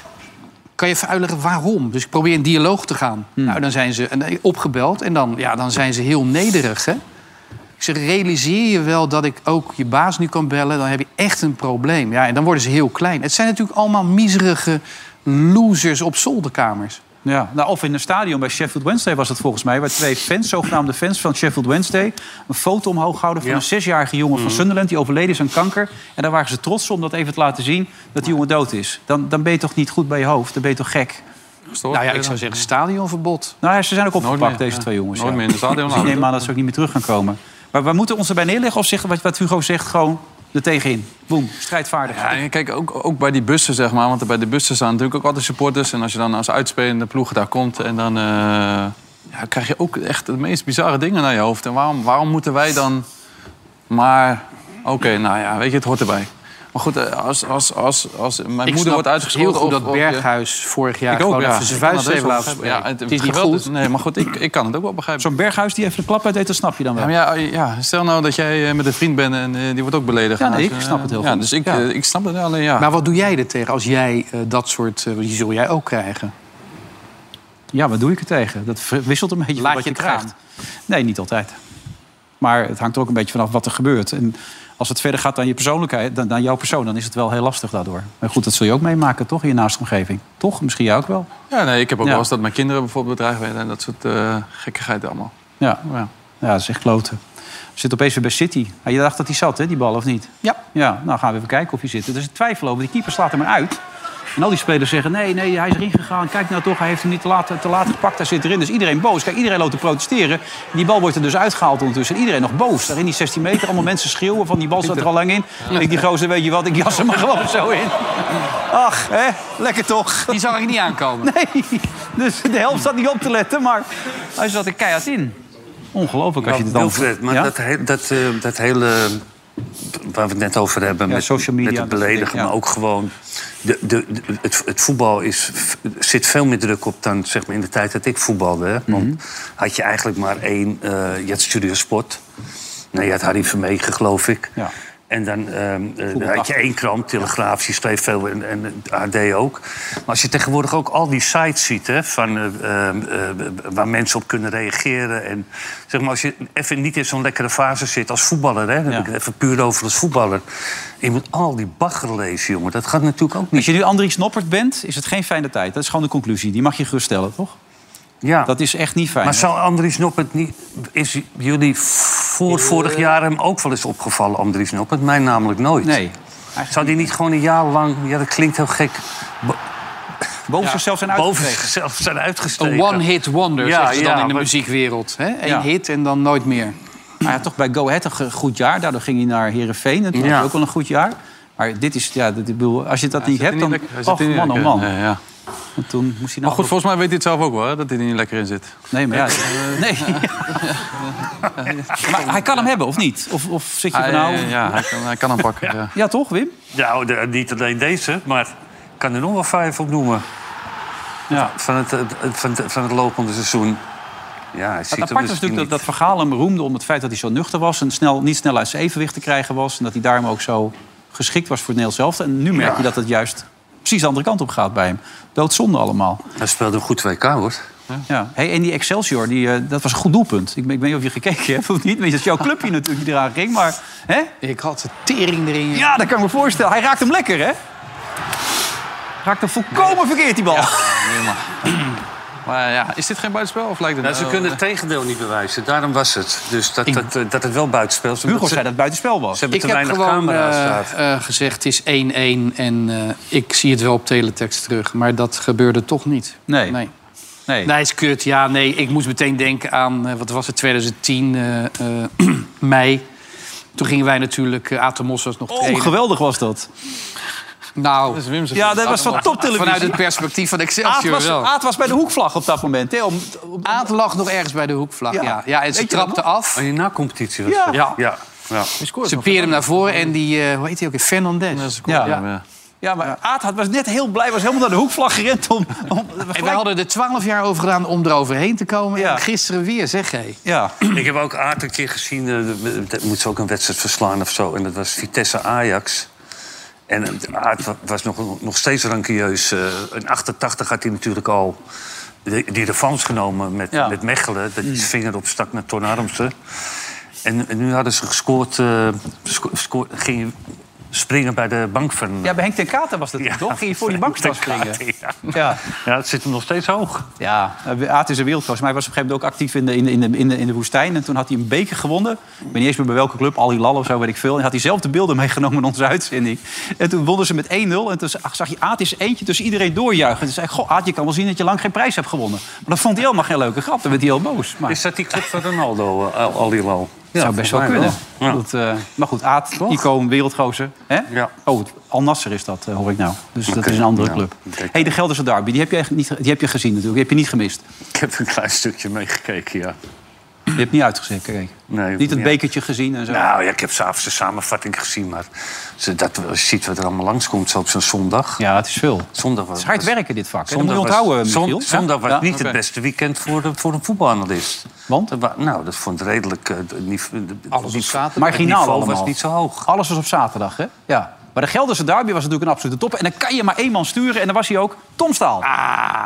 Kan je even uitleggen waarom? Dus ik probeer in dialoog te gaan. Hmm. Nou, dan zijn ze opgebeld en dan, ja, dan zijn ze heel nederig. Hè? Ik zeg, realiseer je wel dat ik ook je baas nu kan bellen? Dan heb je echt een probleem. Ja, en dan worden ze heel klein. Het zijn natuurlijk allemaal miserige losers op zolderkamers. Ja, nou, of in een stadion bij Sheffield Wednesday was het volgens mij... waar twee fans, zogenaamde fans van Sheffield Wednesday... een foto omhoog houden van ja. een zesjarige jongen van Sunderland... die overleden is aan kanker. En daar waren ze trots om dat even te laten zien... dat die jongen dood is. Dan, dan ben je toch niet goed bij je hoofd? Dan ben je toch gek? Gestoord, nou ja, ik zou zeggen stadionverbod. Nou, ze zijn ook opgepakt, deze twee jongens. Nooit ja. meer in het stadion. Dus ik neem aan dat ze ook niet meer terug gaan komen. Maar we moeten ons erbij neerleggen of zeggen wat, wat Hugo zegt... gewoon er tegenin. Boem, strijdvaardig. Ja, kijk, ook, ook bij die bussen, zeg maar. Want bij de bussen staan natuurlijk ook altijd supporters. En als je dan als uitspelende ploeg daar komt... en dan uh, ja, krijg je ook echt de meest bizarre dingen naar je hoofd. En waarom, waarom moeten wij dan maar... Oké, okay, nou ja, weet je, het hoort erbij. Maar goed, als, als, als, als mijn Ik moeder wordt uitgesproken... heel goed of- dat of- Berghuis vorig jaar Ik ook, gewoon ja. even zijn Ik kan vuist dat heeft wel laten begrijpen. spreken. Ja, het is niet geweldig. goed. Nee, maar goed, ik, ik kan het ook wel begrijpen. Zo'n Berghuis die even de klap uit deed, dat snap je dan wel. Ja, maar ja, ja, stel nou dat jij eh, met een vriend bent en eh, die wordt ook beledigd. Ja, nee, Dus, ik snap het heel ja, goed. Dus ik, Ja. eh, ik snap het alleen, ja. Maar wat doe jij er tegen als jij uh, dat soort... Uh, die zul jij ook krijgen. Ja, wat doe ik er tegen? Dat wisselt een beetje van Laat wat je je het krijgt. Nee, niet altijd. Maar het hangt er ook een beetje vanaf wat er gebeurt. En als het verder gaat dan je persoonlijkheid, dan, dan jouw persoon... dan is het wel heel lastig daardoor. Maar goed, dat zul je ook meemaken, toch? In je naaste omgeving. Toch? Misschien jij ook wel. Ja, nee, ik heb ook Ja. wel eens dat mijn kinderen bijvoorbeeld bedreigd werden... en dat soort uh, gekkigheid allemaal. Ja. Ja. ja, dat is echt kloten. Zit opeens weer bij City. Ah, je dacht dat hij zat, hè, die bal, of niet? Ja. Ja, nou gaan we even kijken of hij zit. Er is een twijfel over. Die keeper slaat hem maar uit. En al die spelers zeggen, nee, nee, hij is erin gegaan. Kijk nou toch, hij heeft hem niet te laat, te laat gepakt. Hij zit erin. Dus iedereen boos. Kijk, iedereen loopt te protesteren. Die bal wordt er dus uitgehaald ondertussen. En iedereen nog boos. Daar in die zestien meter. Allemaal mensen schreeuwen van die bal zat er al lang in. Ja. Ik die gozer, weet je wat, ik jas hem maar gewoon zo in. Ach, hè, lekker toch. Die zag ik niet aankomen. Nee, dus de helft zat niet op te letten. Maar hij zat er keihard in. Ongelooflijk als je het dan... Wilfred, maar ja? dat, he, dat, uh, dat hele... waar we het net over hebben, Ja, met, social media, met het dat soort beledigen... dingen, ja. maar ook gewoon... De, de, de, het, het voetbal is, zit veel meer druk op dan zeg maar, in de tijd dat ik voetbalde. Hè? Want Mm-hmm. had je eigenlijk maar één... Uh, je had Studio Sport. Nee, je had Harry Vermegen, geloof ik. Ja. En dan, um, uh, dan had je één krant, Telegraaf, die schreef veel en, en het A D ook. Maar als je tegenwoordig ook al die sites ziet... Hè, van, uh, uh, uh, waar mensen op kunnen reageren... en zeg maar, als je even niet in zo'n lekkere fase zit als voetballer... Hè, dan Ja. heb ik het even puur over als voetballer... je moet al die bagger lezen, jongen. Dat gaat natuurlijk ook niet. Als je nu Andries Noppert bent, is het geen fijne tijd. Dat is gewoon de conclusie. Die mag je geruststellen, toch? Ja. Dat is echt niet fijn. Maar hè? zou Andries Noppert niet... Is jullie voor vorig jaar hem ook wel eens opgevallen, Andries Noppert? Mij namelijk nooit. Nee. Zou die niet gewoon een jaar lang... Ja, dat klinkt heel gek... Bo- Boven ja, zichzelf zijn boven uitgestegen. zichzelf zijn uitgestegen. Een one-hit wonder, Ja, zeggen ze dan ja, in de maar- muziekwereld. Hè? Eén Ja. hit en dan nooit meer. Maar ja, toch bij Go Ahead een goed jaar. Daardoor ging hij naar Heerenveen. En toen Ja. was hij ook wel een goed jaar. Maar dit is... Ja, dit, ik bedoel, als je dat niet Hij hebt, zit dan... er niet lekker- hij zit Och, er niet man, oh lekker. man. Ja, ja. En toen moest hij Maar nou... goed, volgens mij weet hij het zelf ook wel, hè, dat hij er niet lekker in zit. Nee, maar ja... Nee. Maar hij kan hem hebben, of niet? Of, of zit je van Hij, nou... eh, ja, hij kan, hij kan hem pakken. Ja. Ja, toch, Wim? Ja, de- niet alleen deze, maar ik kan er nog wel vijf op noemen. Ja. Van het, het- het- van het, van het lopende seizoen. Ja, hij ziet Het er apart was misschien natuurlijk dat, dat Van Gaal hem roemde om het feit dat hij zo nuchter was... en snel, niet snel uit zijn evenwicht te krijgen was... en dat hij daarom ook zo geschikt was voor het Nederlands elftal. En nu merk Ja. je dat het juist precies de andere kant op gaat bij hem. Doodzonde allemaal. Hij speelde een goed W K, hoor. Ja. Hey, en die Excelsior, die, uh, dat was een goed doelpunt. Ik, ik weet niet of je gekeken hebt of niet. Maar dat is jouw clubje natuurlijk die eraan ging. Maar, hè? Ik had de tering erin. Ja, dat kan ik me voorstellen. Hij raakt hem lekker, hè? Raakt hem volkomen verkeerd, die bal. Ja, helemaal. Maar ja, is dit geen buitenspel of lijkt het... Nou, ze wel? kunnen het tegendeel niet bewijzen. Daarom was het. Dus dat, dat, eh, dat het wel buitenspel is. Hugo Omdat zei dat het buitenspel was. Ze hebben Ik te heb weinig gewoon camera's uh, staan. uh, gezegd, het is één-één en uh, ik zie het wel op teletext terug. Maar dat gebeurde toch niet. Nee. Nee, Nee. nee is kut. Ja, nee, ik moest meteen denken aan, uh, wat was het, twintig tien, uh, uh, mei. Toen gingen wij natuurlijk, uh, Atemos was nog Oh, trainen. geweldig was dat. Nou, Dat is Wim zijn Ja, dat was van toptelevisie. vanuit het perspectief van Aad Excelsior was, wel. Aad was bij de hoekvlag op dat moment. Hè? Om, om- Aad lag nog ergens bij de hoekvlag, Ja. ja. ja. en ze Weet je dat trapte nog? af. Oh, je na-competitie was Ja. dat? Ja. ja. ja. Ze peerden hem naar voren en die, uh, hoe heet hij ook, Fernandez. Ja. Ja. Ja. Ja, maar Aad had- was net heel blij. Was helemaal naar de hoekvlag gerend om... om En wij hadden er twaalf jaar over gedaan om eroverheen te komen. Ja. En gisteren weer, zeg hé. Ja. Ik heb ook Aard een keer gezien. Uh, dat moet ze ook een wedstrijd verslaan of zo. En dat was Vitesse-Ajax. En uh, Aard wa- was nog, nog steeds rankieus. Uh, in achtentachtig had hij natuurlijk al de- die revanche genomen met, Ja. met Mechelen. Dat hij zijn vinger opstak naar Ton Armsen. En, en nu hadden ze gescoord. Uh, sco- sco- ging springen bij de bank van... Ja, bij Henk ten Katen was dat Ja, toch? Ging je voor die bank staan springen? Ja. Ja. Ja, het zit hem nog steeds hoog. Ja, Aad is een wereldklasse. Maar hij was op een gegeven moment ook actief in de, in de, in de, in de, in de woestijn. En toen had hij een beker gewonnen. Ik weet niet eens meer bij welke club, Al Hilal of zo, weet ik veel. En had hij zelf de beelden meegenomen in onze uitzending. En toen wonnen ze met één nul. En toen zag je Aad is eentje tussen iedereen doorjuichen. En toen zei ik, goh, Aad, je kan wel zien dat je lang geen prijs hebt gewonnen. Maar dat vond hij helemaal geen leuke grap. Dan werd hij heel boos. Maar Is dat die club van Ronaldo, uh, Al Al Hilal? dat zou best wel kunnen. Ja. Dat, uh, maar goed, Aad, icoon, wereldgozer. Hè? Ja. Oh, het- Al Nasser is dat, uh, hoor ik nou. Dus dat Oké. is een andere Ja. club. Oké. Hey, de Gelderse derby, die heb, je echt niet, die heb je gezien natuurlijk. Die heb je niet gemist. Ik heb een klein stukje meegekeken, ja. Je hebt niet uitgezet, kijk. Nee, niet het ja. bekertje gezien en zo. Nou ja, ik heb s'avonds de samenvatting gezien. Maar ze, dat, als je ziet wat er allemaal langskomt, zo op zo'n zondag. Ja, het is veel. Zondag was, het is hard werken, dit vak. Zondag dat moet je onthouden, was, Michiel. Zondag was ja? niet ja? het beste weekend voor, de, voor een voetbalanalist. Want? Dat wa, nou, dat vond ik redelijk... Uh, niet, Alles op zaterdag. Marginaal Het niveau was allemaal. niet zo hoog. Alles was op zaterdag, hè? Ja. Maar de Gelderse derby was natuurlijk een absolute top. En dan kan je maar één man sturen. En dan was hij ook Tom Staal. Ah...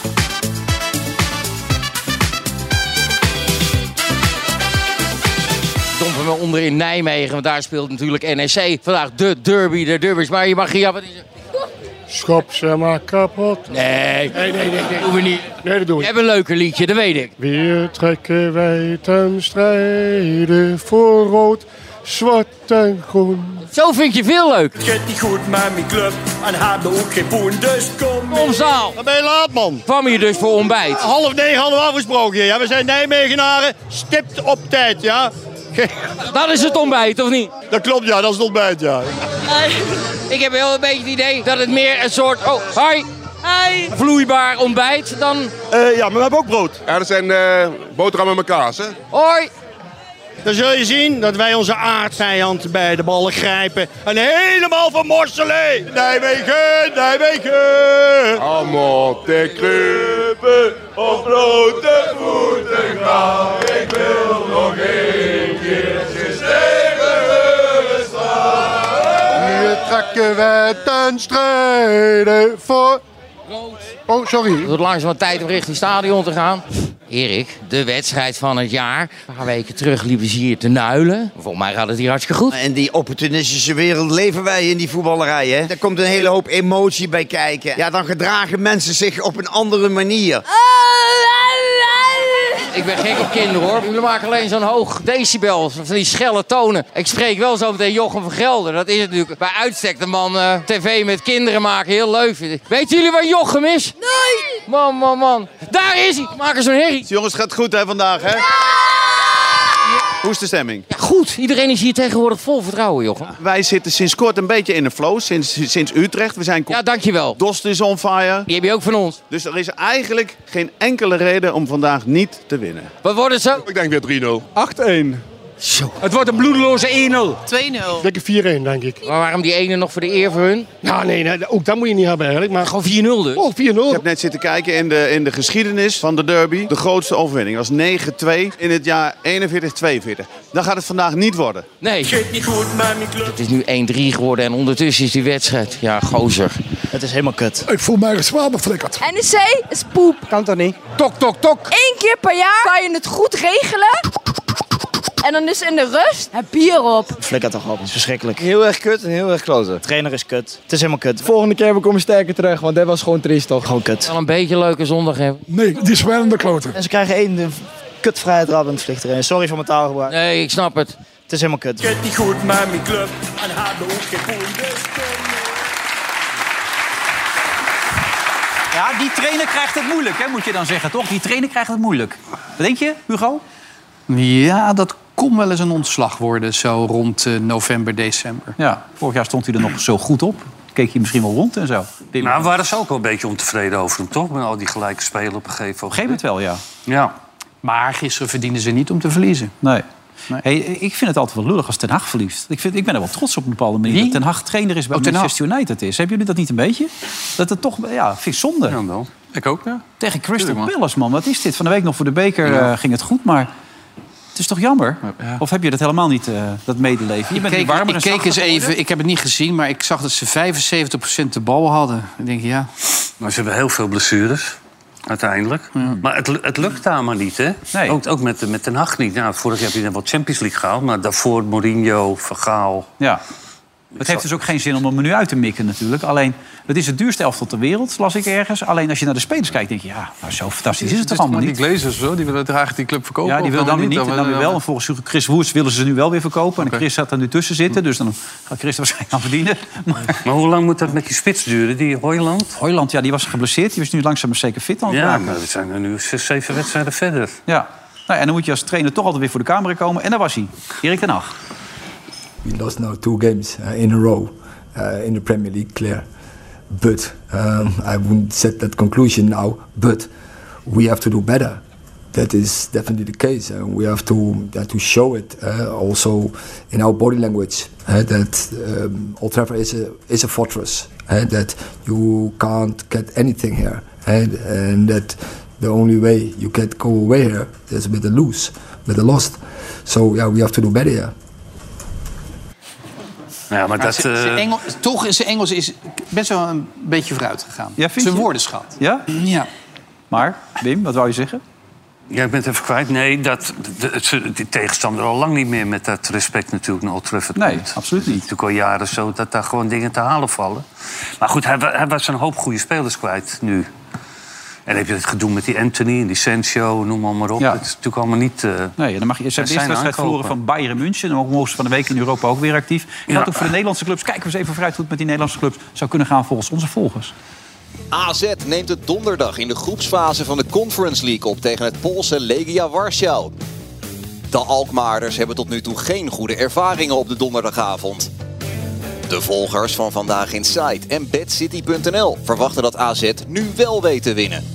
Dompen we onder in Nijmegen, want daar speelt natuurlijk N E C. Vandaag de derby, de derby's. Maar je mag hier... Wat is het? Schop ze maar kapot. Nee, nee, nee, nee, nee. doen we niet. Nee, dat doen we We hebben een leuker liedje, dat weet ik. Weer trekken wij ten strijde voor rood, zwart en groen. Zo vind je veel leuk. Het gaat niet goed met mijn club en hebben ook geen poen, dus kom. Tom Staal. Dan ben je laat, man. Kwam hier dus voor ontbijt. Half negen hadden we afgesproken. Ja, we zijn Nijmegenaren, stipt op tijd, ja. Dat is het ontbijt, of niet? Dat klopt, ja, dat is het ontbijt, ja. Ik heb wel een beetje het idee dat het meer een soort... Oh, hoi. Hi. Vloeibaar ontbijt dan... Uh, ja, maar we hebben ook brood. Ja, dat zijn uh, boterhammen met kaas, hè? Hoi. Dan zul je zien dat wij onze aardsvijand bij de ballen grijpen. En helemaal vermorselen. Nijmegen, Nijmegen. Allemaal te kruipen, op blote voeten gaan. Ik wil nog één keer stevig staan. Hier trekken wij ten strijde voor... Oh, sorry. Het wordt langzaam tijd om richting stadion te gaan. Erik, de wedstrijd van het jaar. Een paar weken terug liepen ze hier te nuilen. Volgens mij gaat het hier hartstikke goed. In die opportunistische wereld leven wij in die voetballerij. Hè? Er komt een hele hoop emotie bij kijken. Ja, dan gedragen mensen zich op een andere manier. Ik ben gek op kinderen, hoor. Jullie maken alleen zo'n hoog decibel, van die schelle tonen. Ik spreek wel zo meteen Jochem van Gelder. Dat is natuurlijk bij uitstek de man uh, tv met kinderen maken heel leuk vindt. Weten jullie waar Jochem is? Nee! Man, man, man. Daar is hij. Maken zo'n herrie. Jongens, het gaat goed hè vandaag, hè? Hoe is de stemming? Ja, goed. Iedereen is hier tegenwoordig vol vertrouwen, Jochem. Wij zitten sinds kort een beetje in een flow, sinds, sinds Utrecht. We zijn... Ja, dankjewel. Dost is on fire. Die heb je ook van ons. Dus er is eigenlijk geen enkele reden om vandaag niet te winnen. Wat wordt het zo? Ik denk weer drie nul. acht-één. Zo. Het wordt een bloedeloze één nul. twee nul. Ik denk vier-één, denk ik. Maar waarom die ene nog voor de eer voor hun? Ja, nee, nee, ook dat moet je niet hebben eigenlijk. Maar gewoon vier nul dus? Oh, vier nul. Ik heb net zitten kijken in de, in de geschiedenis van de derby. De grootste overwinning was negen twee in het jaar eenenveertig tweeënveertig. Dan gaat het vandaag niet worden. Nee. Gaat niet goed met mijn club. Het is nu één drie geworden en ondertussen is die wedstrijd... Ja, gozer. Het is helemaal kut. Ik voel mij zwaar beflikkerd. N E C is poep. Kan toch niet? Tok, tok, tok. Eén keer per jaar kan je het goed regelen. En dan is in de rust het bier op. Flikker toch op, het is verschrikkelijk. Heel erg kut en heel erg kloten. De trainer is kut. Het is helemaal kut. Volgende keer komen we sterker terug, want dit was gewoon triest toch? Gewoon kut. Wel een beetje leuke zondag hebben. Nee, die zwellende kloten. En ze krijgen één kutvrije trap in het vliegtuig. Sorry voor mijn taalgebruik. Nee, ik snap het. Het is helemaal kut. Het gaat niet goed met mijn club en hebben ook geen poen, dus kom. Ja, die trainer krijgt het moeilijk, hè, moet je dan zeggen, toch? Die trainer krijgt het moeilijk. Wat denk je, Hugo? Ja, dat kon wel eens een ontslag worden, zo rond uh, november, december. Ja, vorig jaar stond hij er nog zo goed op. Keek hij misschien wel rond en zo. Nou, we waren ze ook wel een beetje ontevreden over hem, toch? Met al die gelijke spelen op een gegeven moment. Op een gegeven moment wel, ja. Ja. Maar gisteren verdienden ze niet om te verliezen. Nee. Nee. Hey, ik vind het altijd wel lullig als Ten Hag verliest. Ik, vind, ik ben er wel trots op een bepaalde manier. Dat Ten Hag trainer is bij oh, Manchester United is. Hebben jullie dat niet een beetje? Dat het toch, ja, vind ik zonde. Ja, wel. Ik ook, ja. Tegen Crystal Palace, man. Wat is dit? Van de week nog voor de beker ja. uh, ging het goed, maar... Het is toch jammer? Ja. Of heb je dat helemaal niet, uh, dat medeleven? Je bent ik keek, warmer ik keek eens even, ik heb het niet gezien... maar ik zag dat ze vijfenzeventig procent de bal hadden. Ik denk, ja... Maar ze hebben heel veel blessures, uiteindelijk. Ja. Maar het, het lukt daar maar niet, hè? Nee. Ook, ook met, met Ten Hag niet. Nou, vorig jaar heb je dan wat Champions League gehaald... maar daarvoor Mourinho, Van Gaal... Ja. Het heeft dus ook geen zin om hem nu uit te mikken natuurlijk. Alleen, het is het duurste elftal ter wereld, las ik ergens. Alleen als je naar de spelers kijkt, denk je... ja, nou, zo fantastisch is het toch allemaal niet. Die Glazers, zo, die willen eigenlijk die club verkopen? Ja, die willen dan weer niet. En dan weer wel. En volgens Chris Woerts willen ze nu wel weer verkopen. En okay. Chris gaat er nu tussen zitten. Dus dan gaat Chris er waarschijnlijk aan verdienen. Maar, maar hoe lang moet dat met die spits duren, die Hooiland? Hooiland, ja, die was geblesseerd. Die was nu langzaam maar zeker fit aan het ja, raken. Ja, maar we zijn er nu zes, zeven wedstrijden verder. Ja. Nou, en dan moet je als trainer toch altijd weer voor de camera komen. En daar was hij. Erik ten Hag. We lost now two games uh, in a row. Uh, in the Premier League, clear. But um, I wouldn't set that conclusion now. But we have to do better. that is definitely the case. Uh, we have to uh, to show it uh, also in our body language uh, that um, Old Trafford is a is a fortress. Uh, that you can't get anything here, uh, and that the only way you can go away here is with a lose, with a loss. So yeah, we have to do better here. Ja, maar dat... Zijn Uh... Engel, toch is zijn Engels is best wel een beetje vooruit gegaan. Ja, vind zijn je? woordenschat. Ja? Ja. Maar, Wim, wat wou je zeggen? Ja, ik ben het even kwijt. Nee, dat, de, de, de tegenstander al lang niet meer met dat respect natuurlijk naar Old Trafford Nee, komt. absoluut niet. Natuurlijk al jaren zo dat daar gewoon dingen te halen vallen. Maar goed, hij, hij was een hoop goede spelers kwijt nu. En dan heb je het gedoe met die Anthony en die Sancho, noem maar, maar op. Ja. Het is natuurlijk allemaal niet... Uh, nee, dan mag je, ze hebben de eerste wedstrijd verloren van Bayern München. En ook mogen ze van de week in Europa ook weer actief. En dat ook voor de Nederlandse clubs. Kijken we eens even vooruit hoe het met die Nederlandse clubs zou kunnen gaan volgens onze volgers. A Z neemt het donderdag in de groepsfase van de Conference League op tegen het Poolse Legia Warschau. De Alkmaarders hebben tot nu toe geen goede ervaringen op de donderdagavond. De volgers van Vandaag Inside en bedcity punt n l verwachten dat A Z nu wel weet te winnen.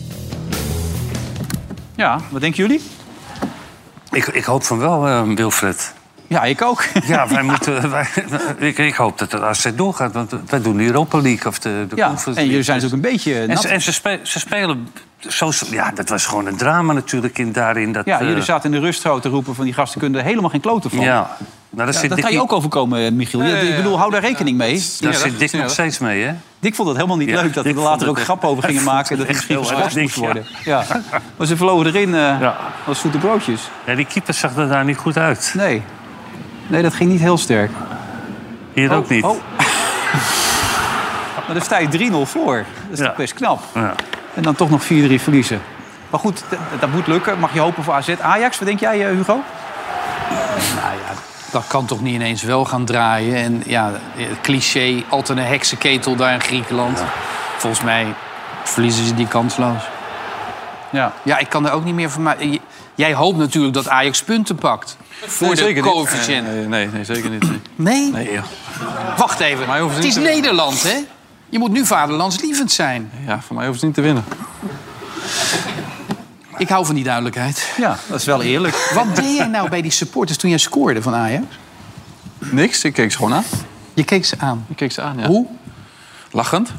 Ja, wat denken jullie? Ik, ik hoop van wel, uh, Wilfred. Ja, ik ook. Ja, wij moeten, wij, ik, ik hoop dat het A Z doorgaat, want wij doen de Europa League of de, de ja, Conference League. en jullie zijn natuurlijk een beetje En, nat. ze, en ze, spe, ze spelen... Zo, ja, dat was gewoon een drama natuurlijk in, daarin. Dat, ja, jullie uh, zaten in de rust te roepen van die gasten kunnen er helemaal geen kloten van. Ja. Nou, dat ja, zit dat Dick kan je niet... ook overkomen, Michiel. Ja, ik bedoel, hou daar rekening mee. Daar ja, zit Dick nog steeds mee, hè? Dick vond het helemaal niet ja, leuk dat we er later ook grap over gingen maken. Dat het misschien geschorst moest worden. Ja. Ja. Maar ze vlogen erin uh, ja. als zoete broodjes. Ja, die keeper zag er daar niet goed uit. Nee. Nee, dat ging niet heel sterk. Hier oh, ook niet. Oh. Maar dan sta je drie nul voor. Dat is ja. toch best knap. Ja. En dan toch nog vier drie verliezen. Maar goed, dat, dat moet lukken. Mag je hopen voor A Z. Ajax, wat denk jij, Hugo? Nou ja, dat kan toch niet ineens wel gaan draaien. En ja, het cliché, altijd een heksenketel daar in Griekenland. Ja. Volgens mij verliezen ze die kansloos. Ja. Ja, ik kan er ook niet meer van maken. Jij hoopt natuurlijk dat Ajax punten pakt. Voor nee, de coëfficiënt. Nee, nee, nee, zeker niet. Nee? Nee? Nee, joh. Wacht even. Het is Nederland, hè? Je moet nu vaderlandslievend zijn. Ja, voor mij hoeven ze niet te winnen. Ik hou van die duidelijkheid. Ja, dat is wel eerlijk. Wat deed jij nou bij die supporters toen jij scoorde van Ajax? Niks, ik keek ze gewoon aan. Je keek ze aan? Ik keek ze aan, ja. Hoe? Lachend.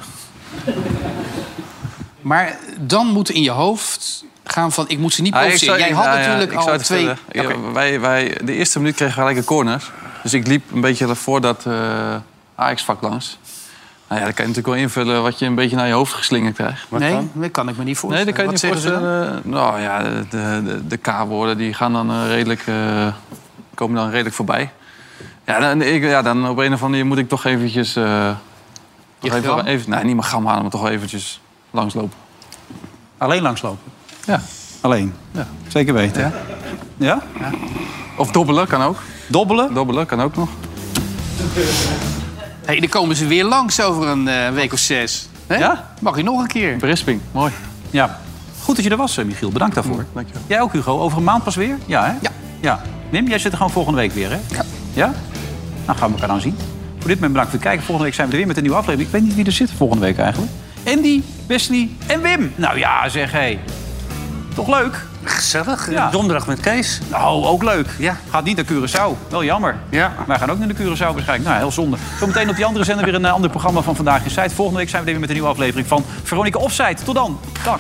Maar dan moet in je hoofd gaan van, ik moet ze niet provoceren. Jij had ja, natuurlijk ja, al twee... Ja, okay. wij, wij, de eerste minuut kregen we gelijk een corner. Dus ik liep een beetje voor dat uh, Ajax-vak langs. Nou ja, dan kan je natuurlijk wel invullen wat je een beetje naar je hoofd geslingerd krijgt. Wat nee, dan? Dat kan ik me niet voorstellen. Nee, dat kan je wat niet voorstellen. Nou ja, de, de, de K-woorden die gaan dan uh, redelijk, uh, komen dan redelijk voorbij. Ja, dan, ik, ja, dan op een of andere manier moet ik toch eventjes... Uh, toch even, even, nee, niet mijn gram halen, maar toch eventjes langslopen. Alleen langslopen? Ja. Alleen? Ja. Zeker weten? Ja. Ja? Ja. Of dobbelen kan ook. Dobbelen? Dobbelen kan ook nog. Hey, dan komen ze weer langs over een uh, week of zes. He? Ja? Mag je nog een keer? Berisping, mooi. Ja. Goed dat je er was, Michiel. Bedankt daarvoor. Mm, dank je. Jij ook, Hugo. Over een maand pas weer? Ja, hè? Ja. Ja. Wim, jij zit er gewoon volgende week weer, hè? Ja. Ja? Nou, gaan we elkaar dan zien. Voor dit moment bedankt voor het kijken. Volgende week zijn we er weer met een nieuwe aflevering. Ik weet niet wie er zit volgende week eigenlijk. Andy, Wesley en Wim. Nou ja, zeg, hé. Hey. Toch leuk? Gezellig. Ja. Donderdag met Kees. Nou, ook leuk. Ja. Gaat niet naar Curaçao. Wel jammer. Ja. Wij gaan ook naar de Curaçao waarschijnlijk. Nou, heel zonde. Zometeen op die andere zender weer een uh, ander programma van Vandaag in Site. Volgende week zijn we er weer met een nieuwe aflevering van Veronica Offside. Tot dan. Dag.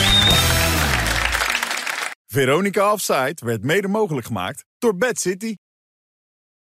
Veronica Offside werd mede mogelijk gemaakt door Bad City.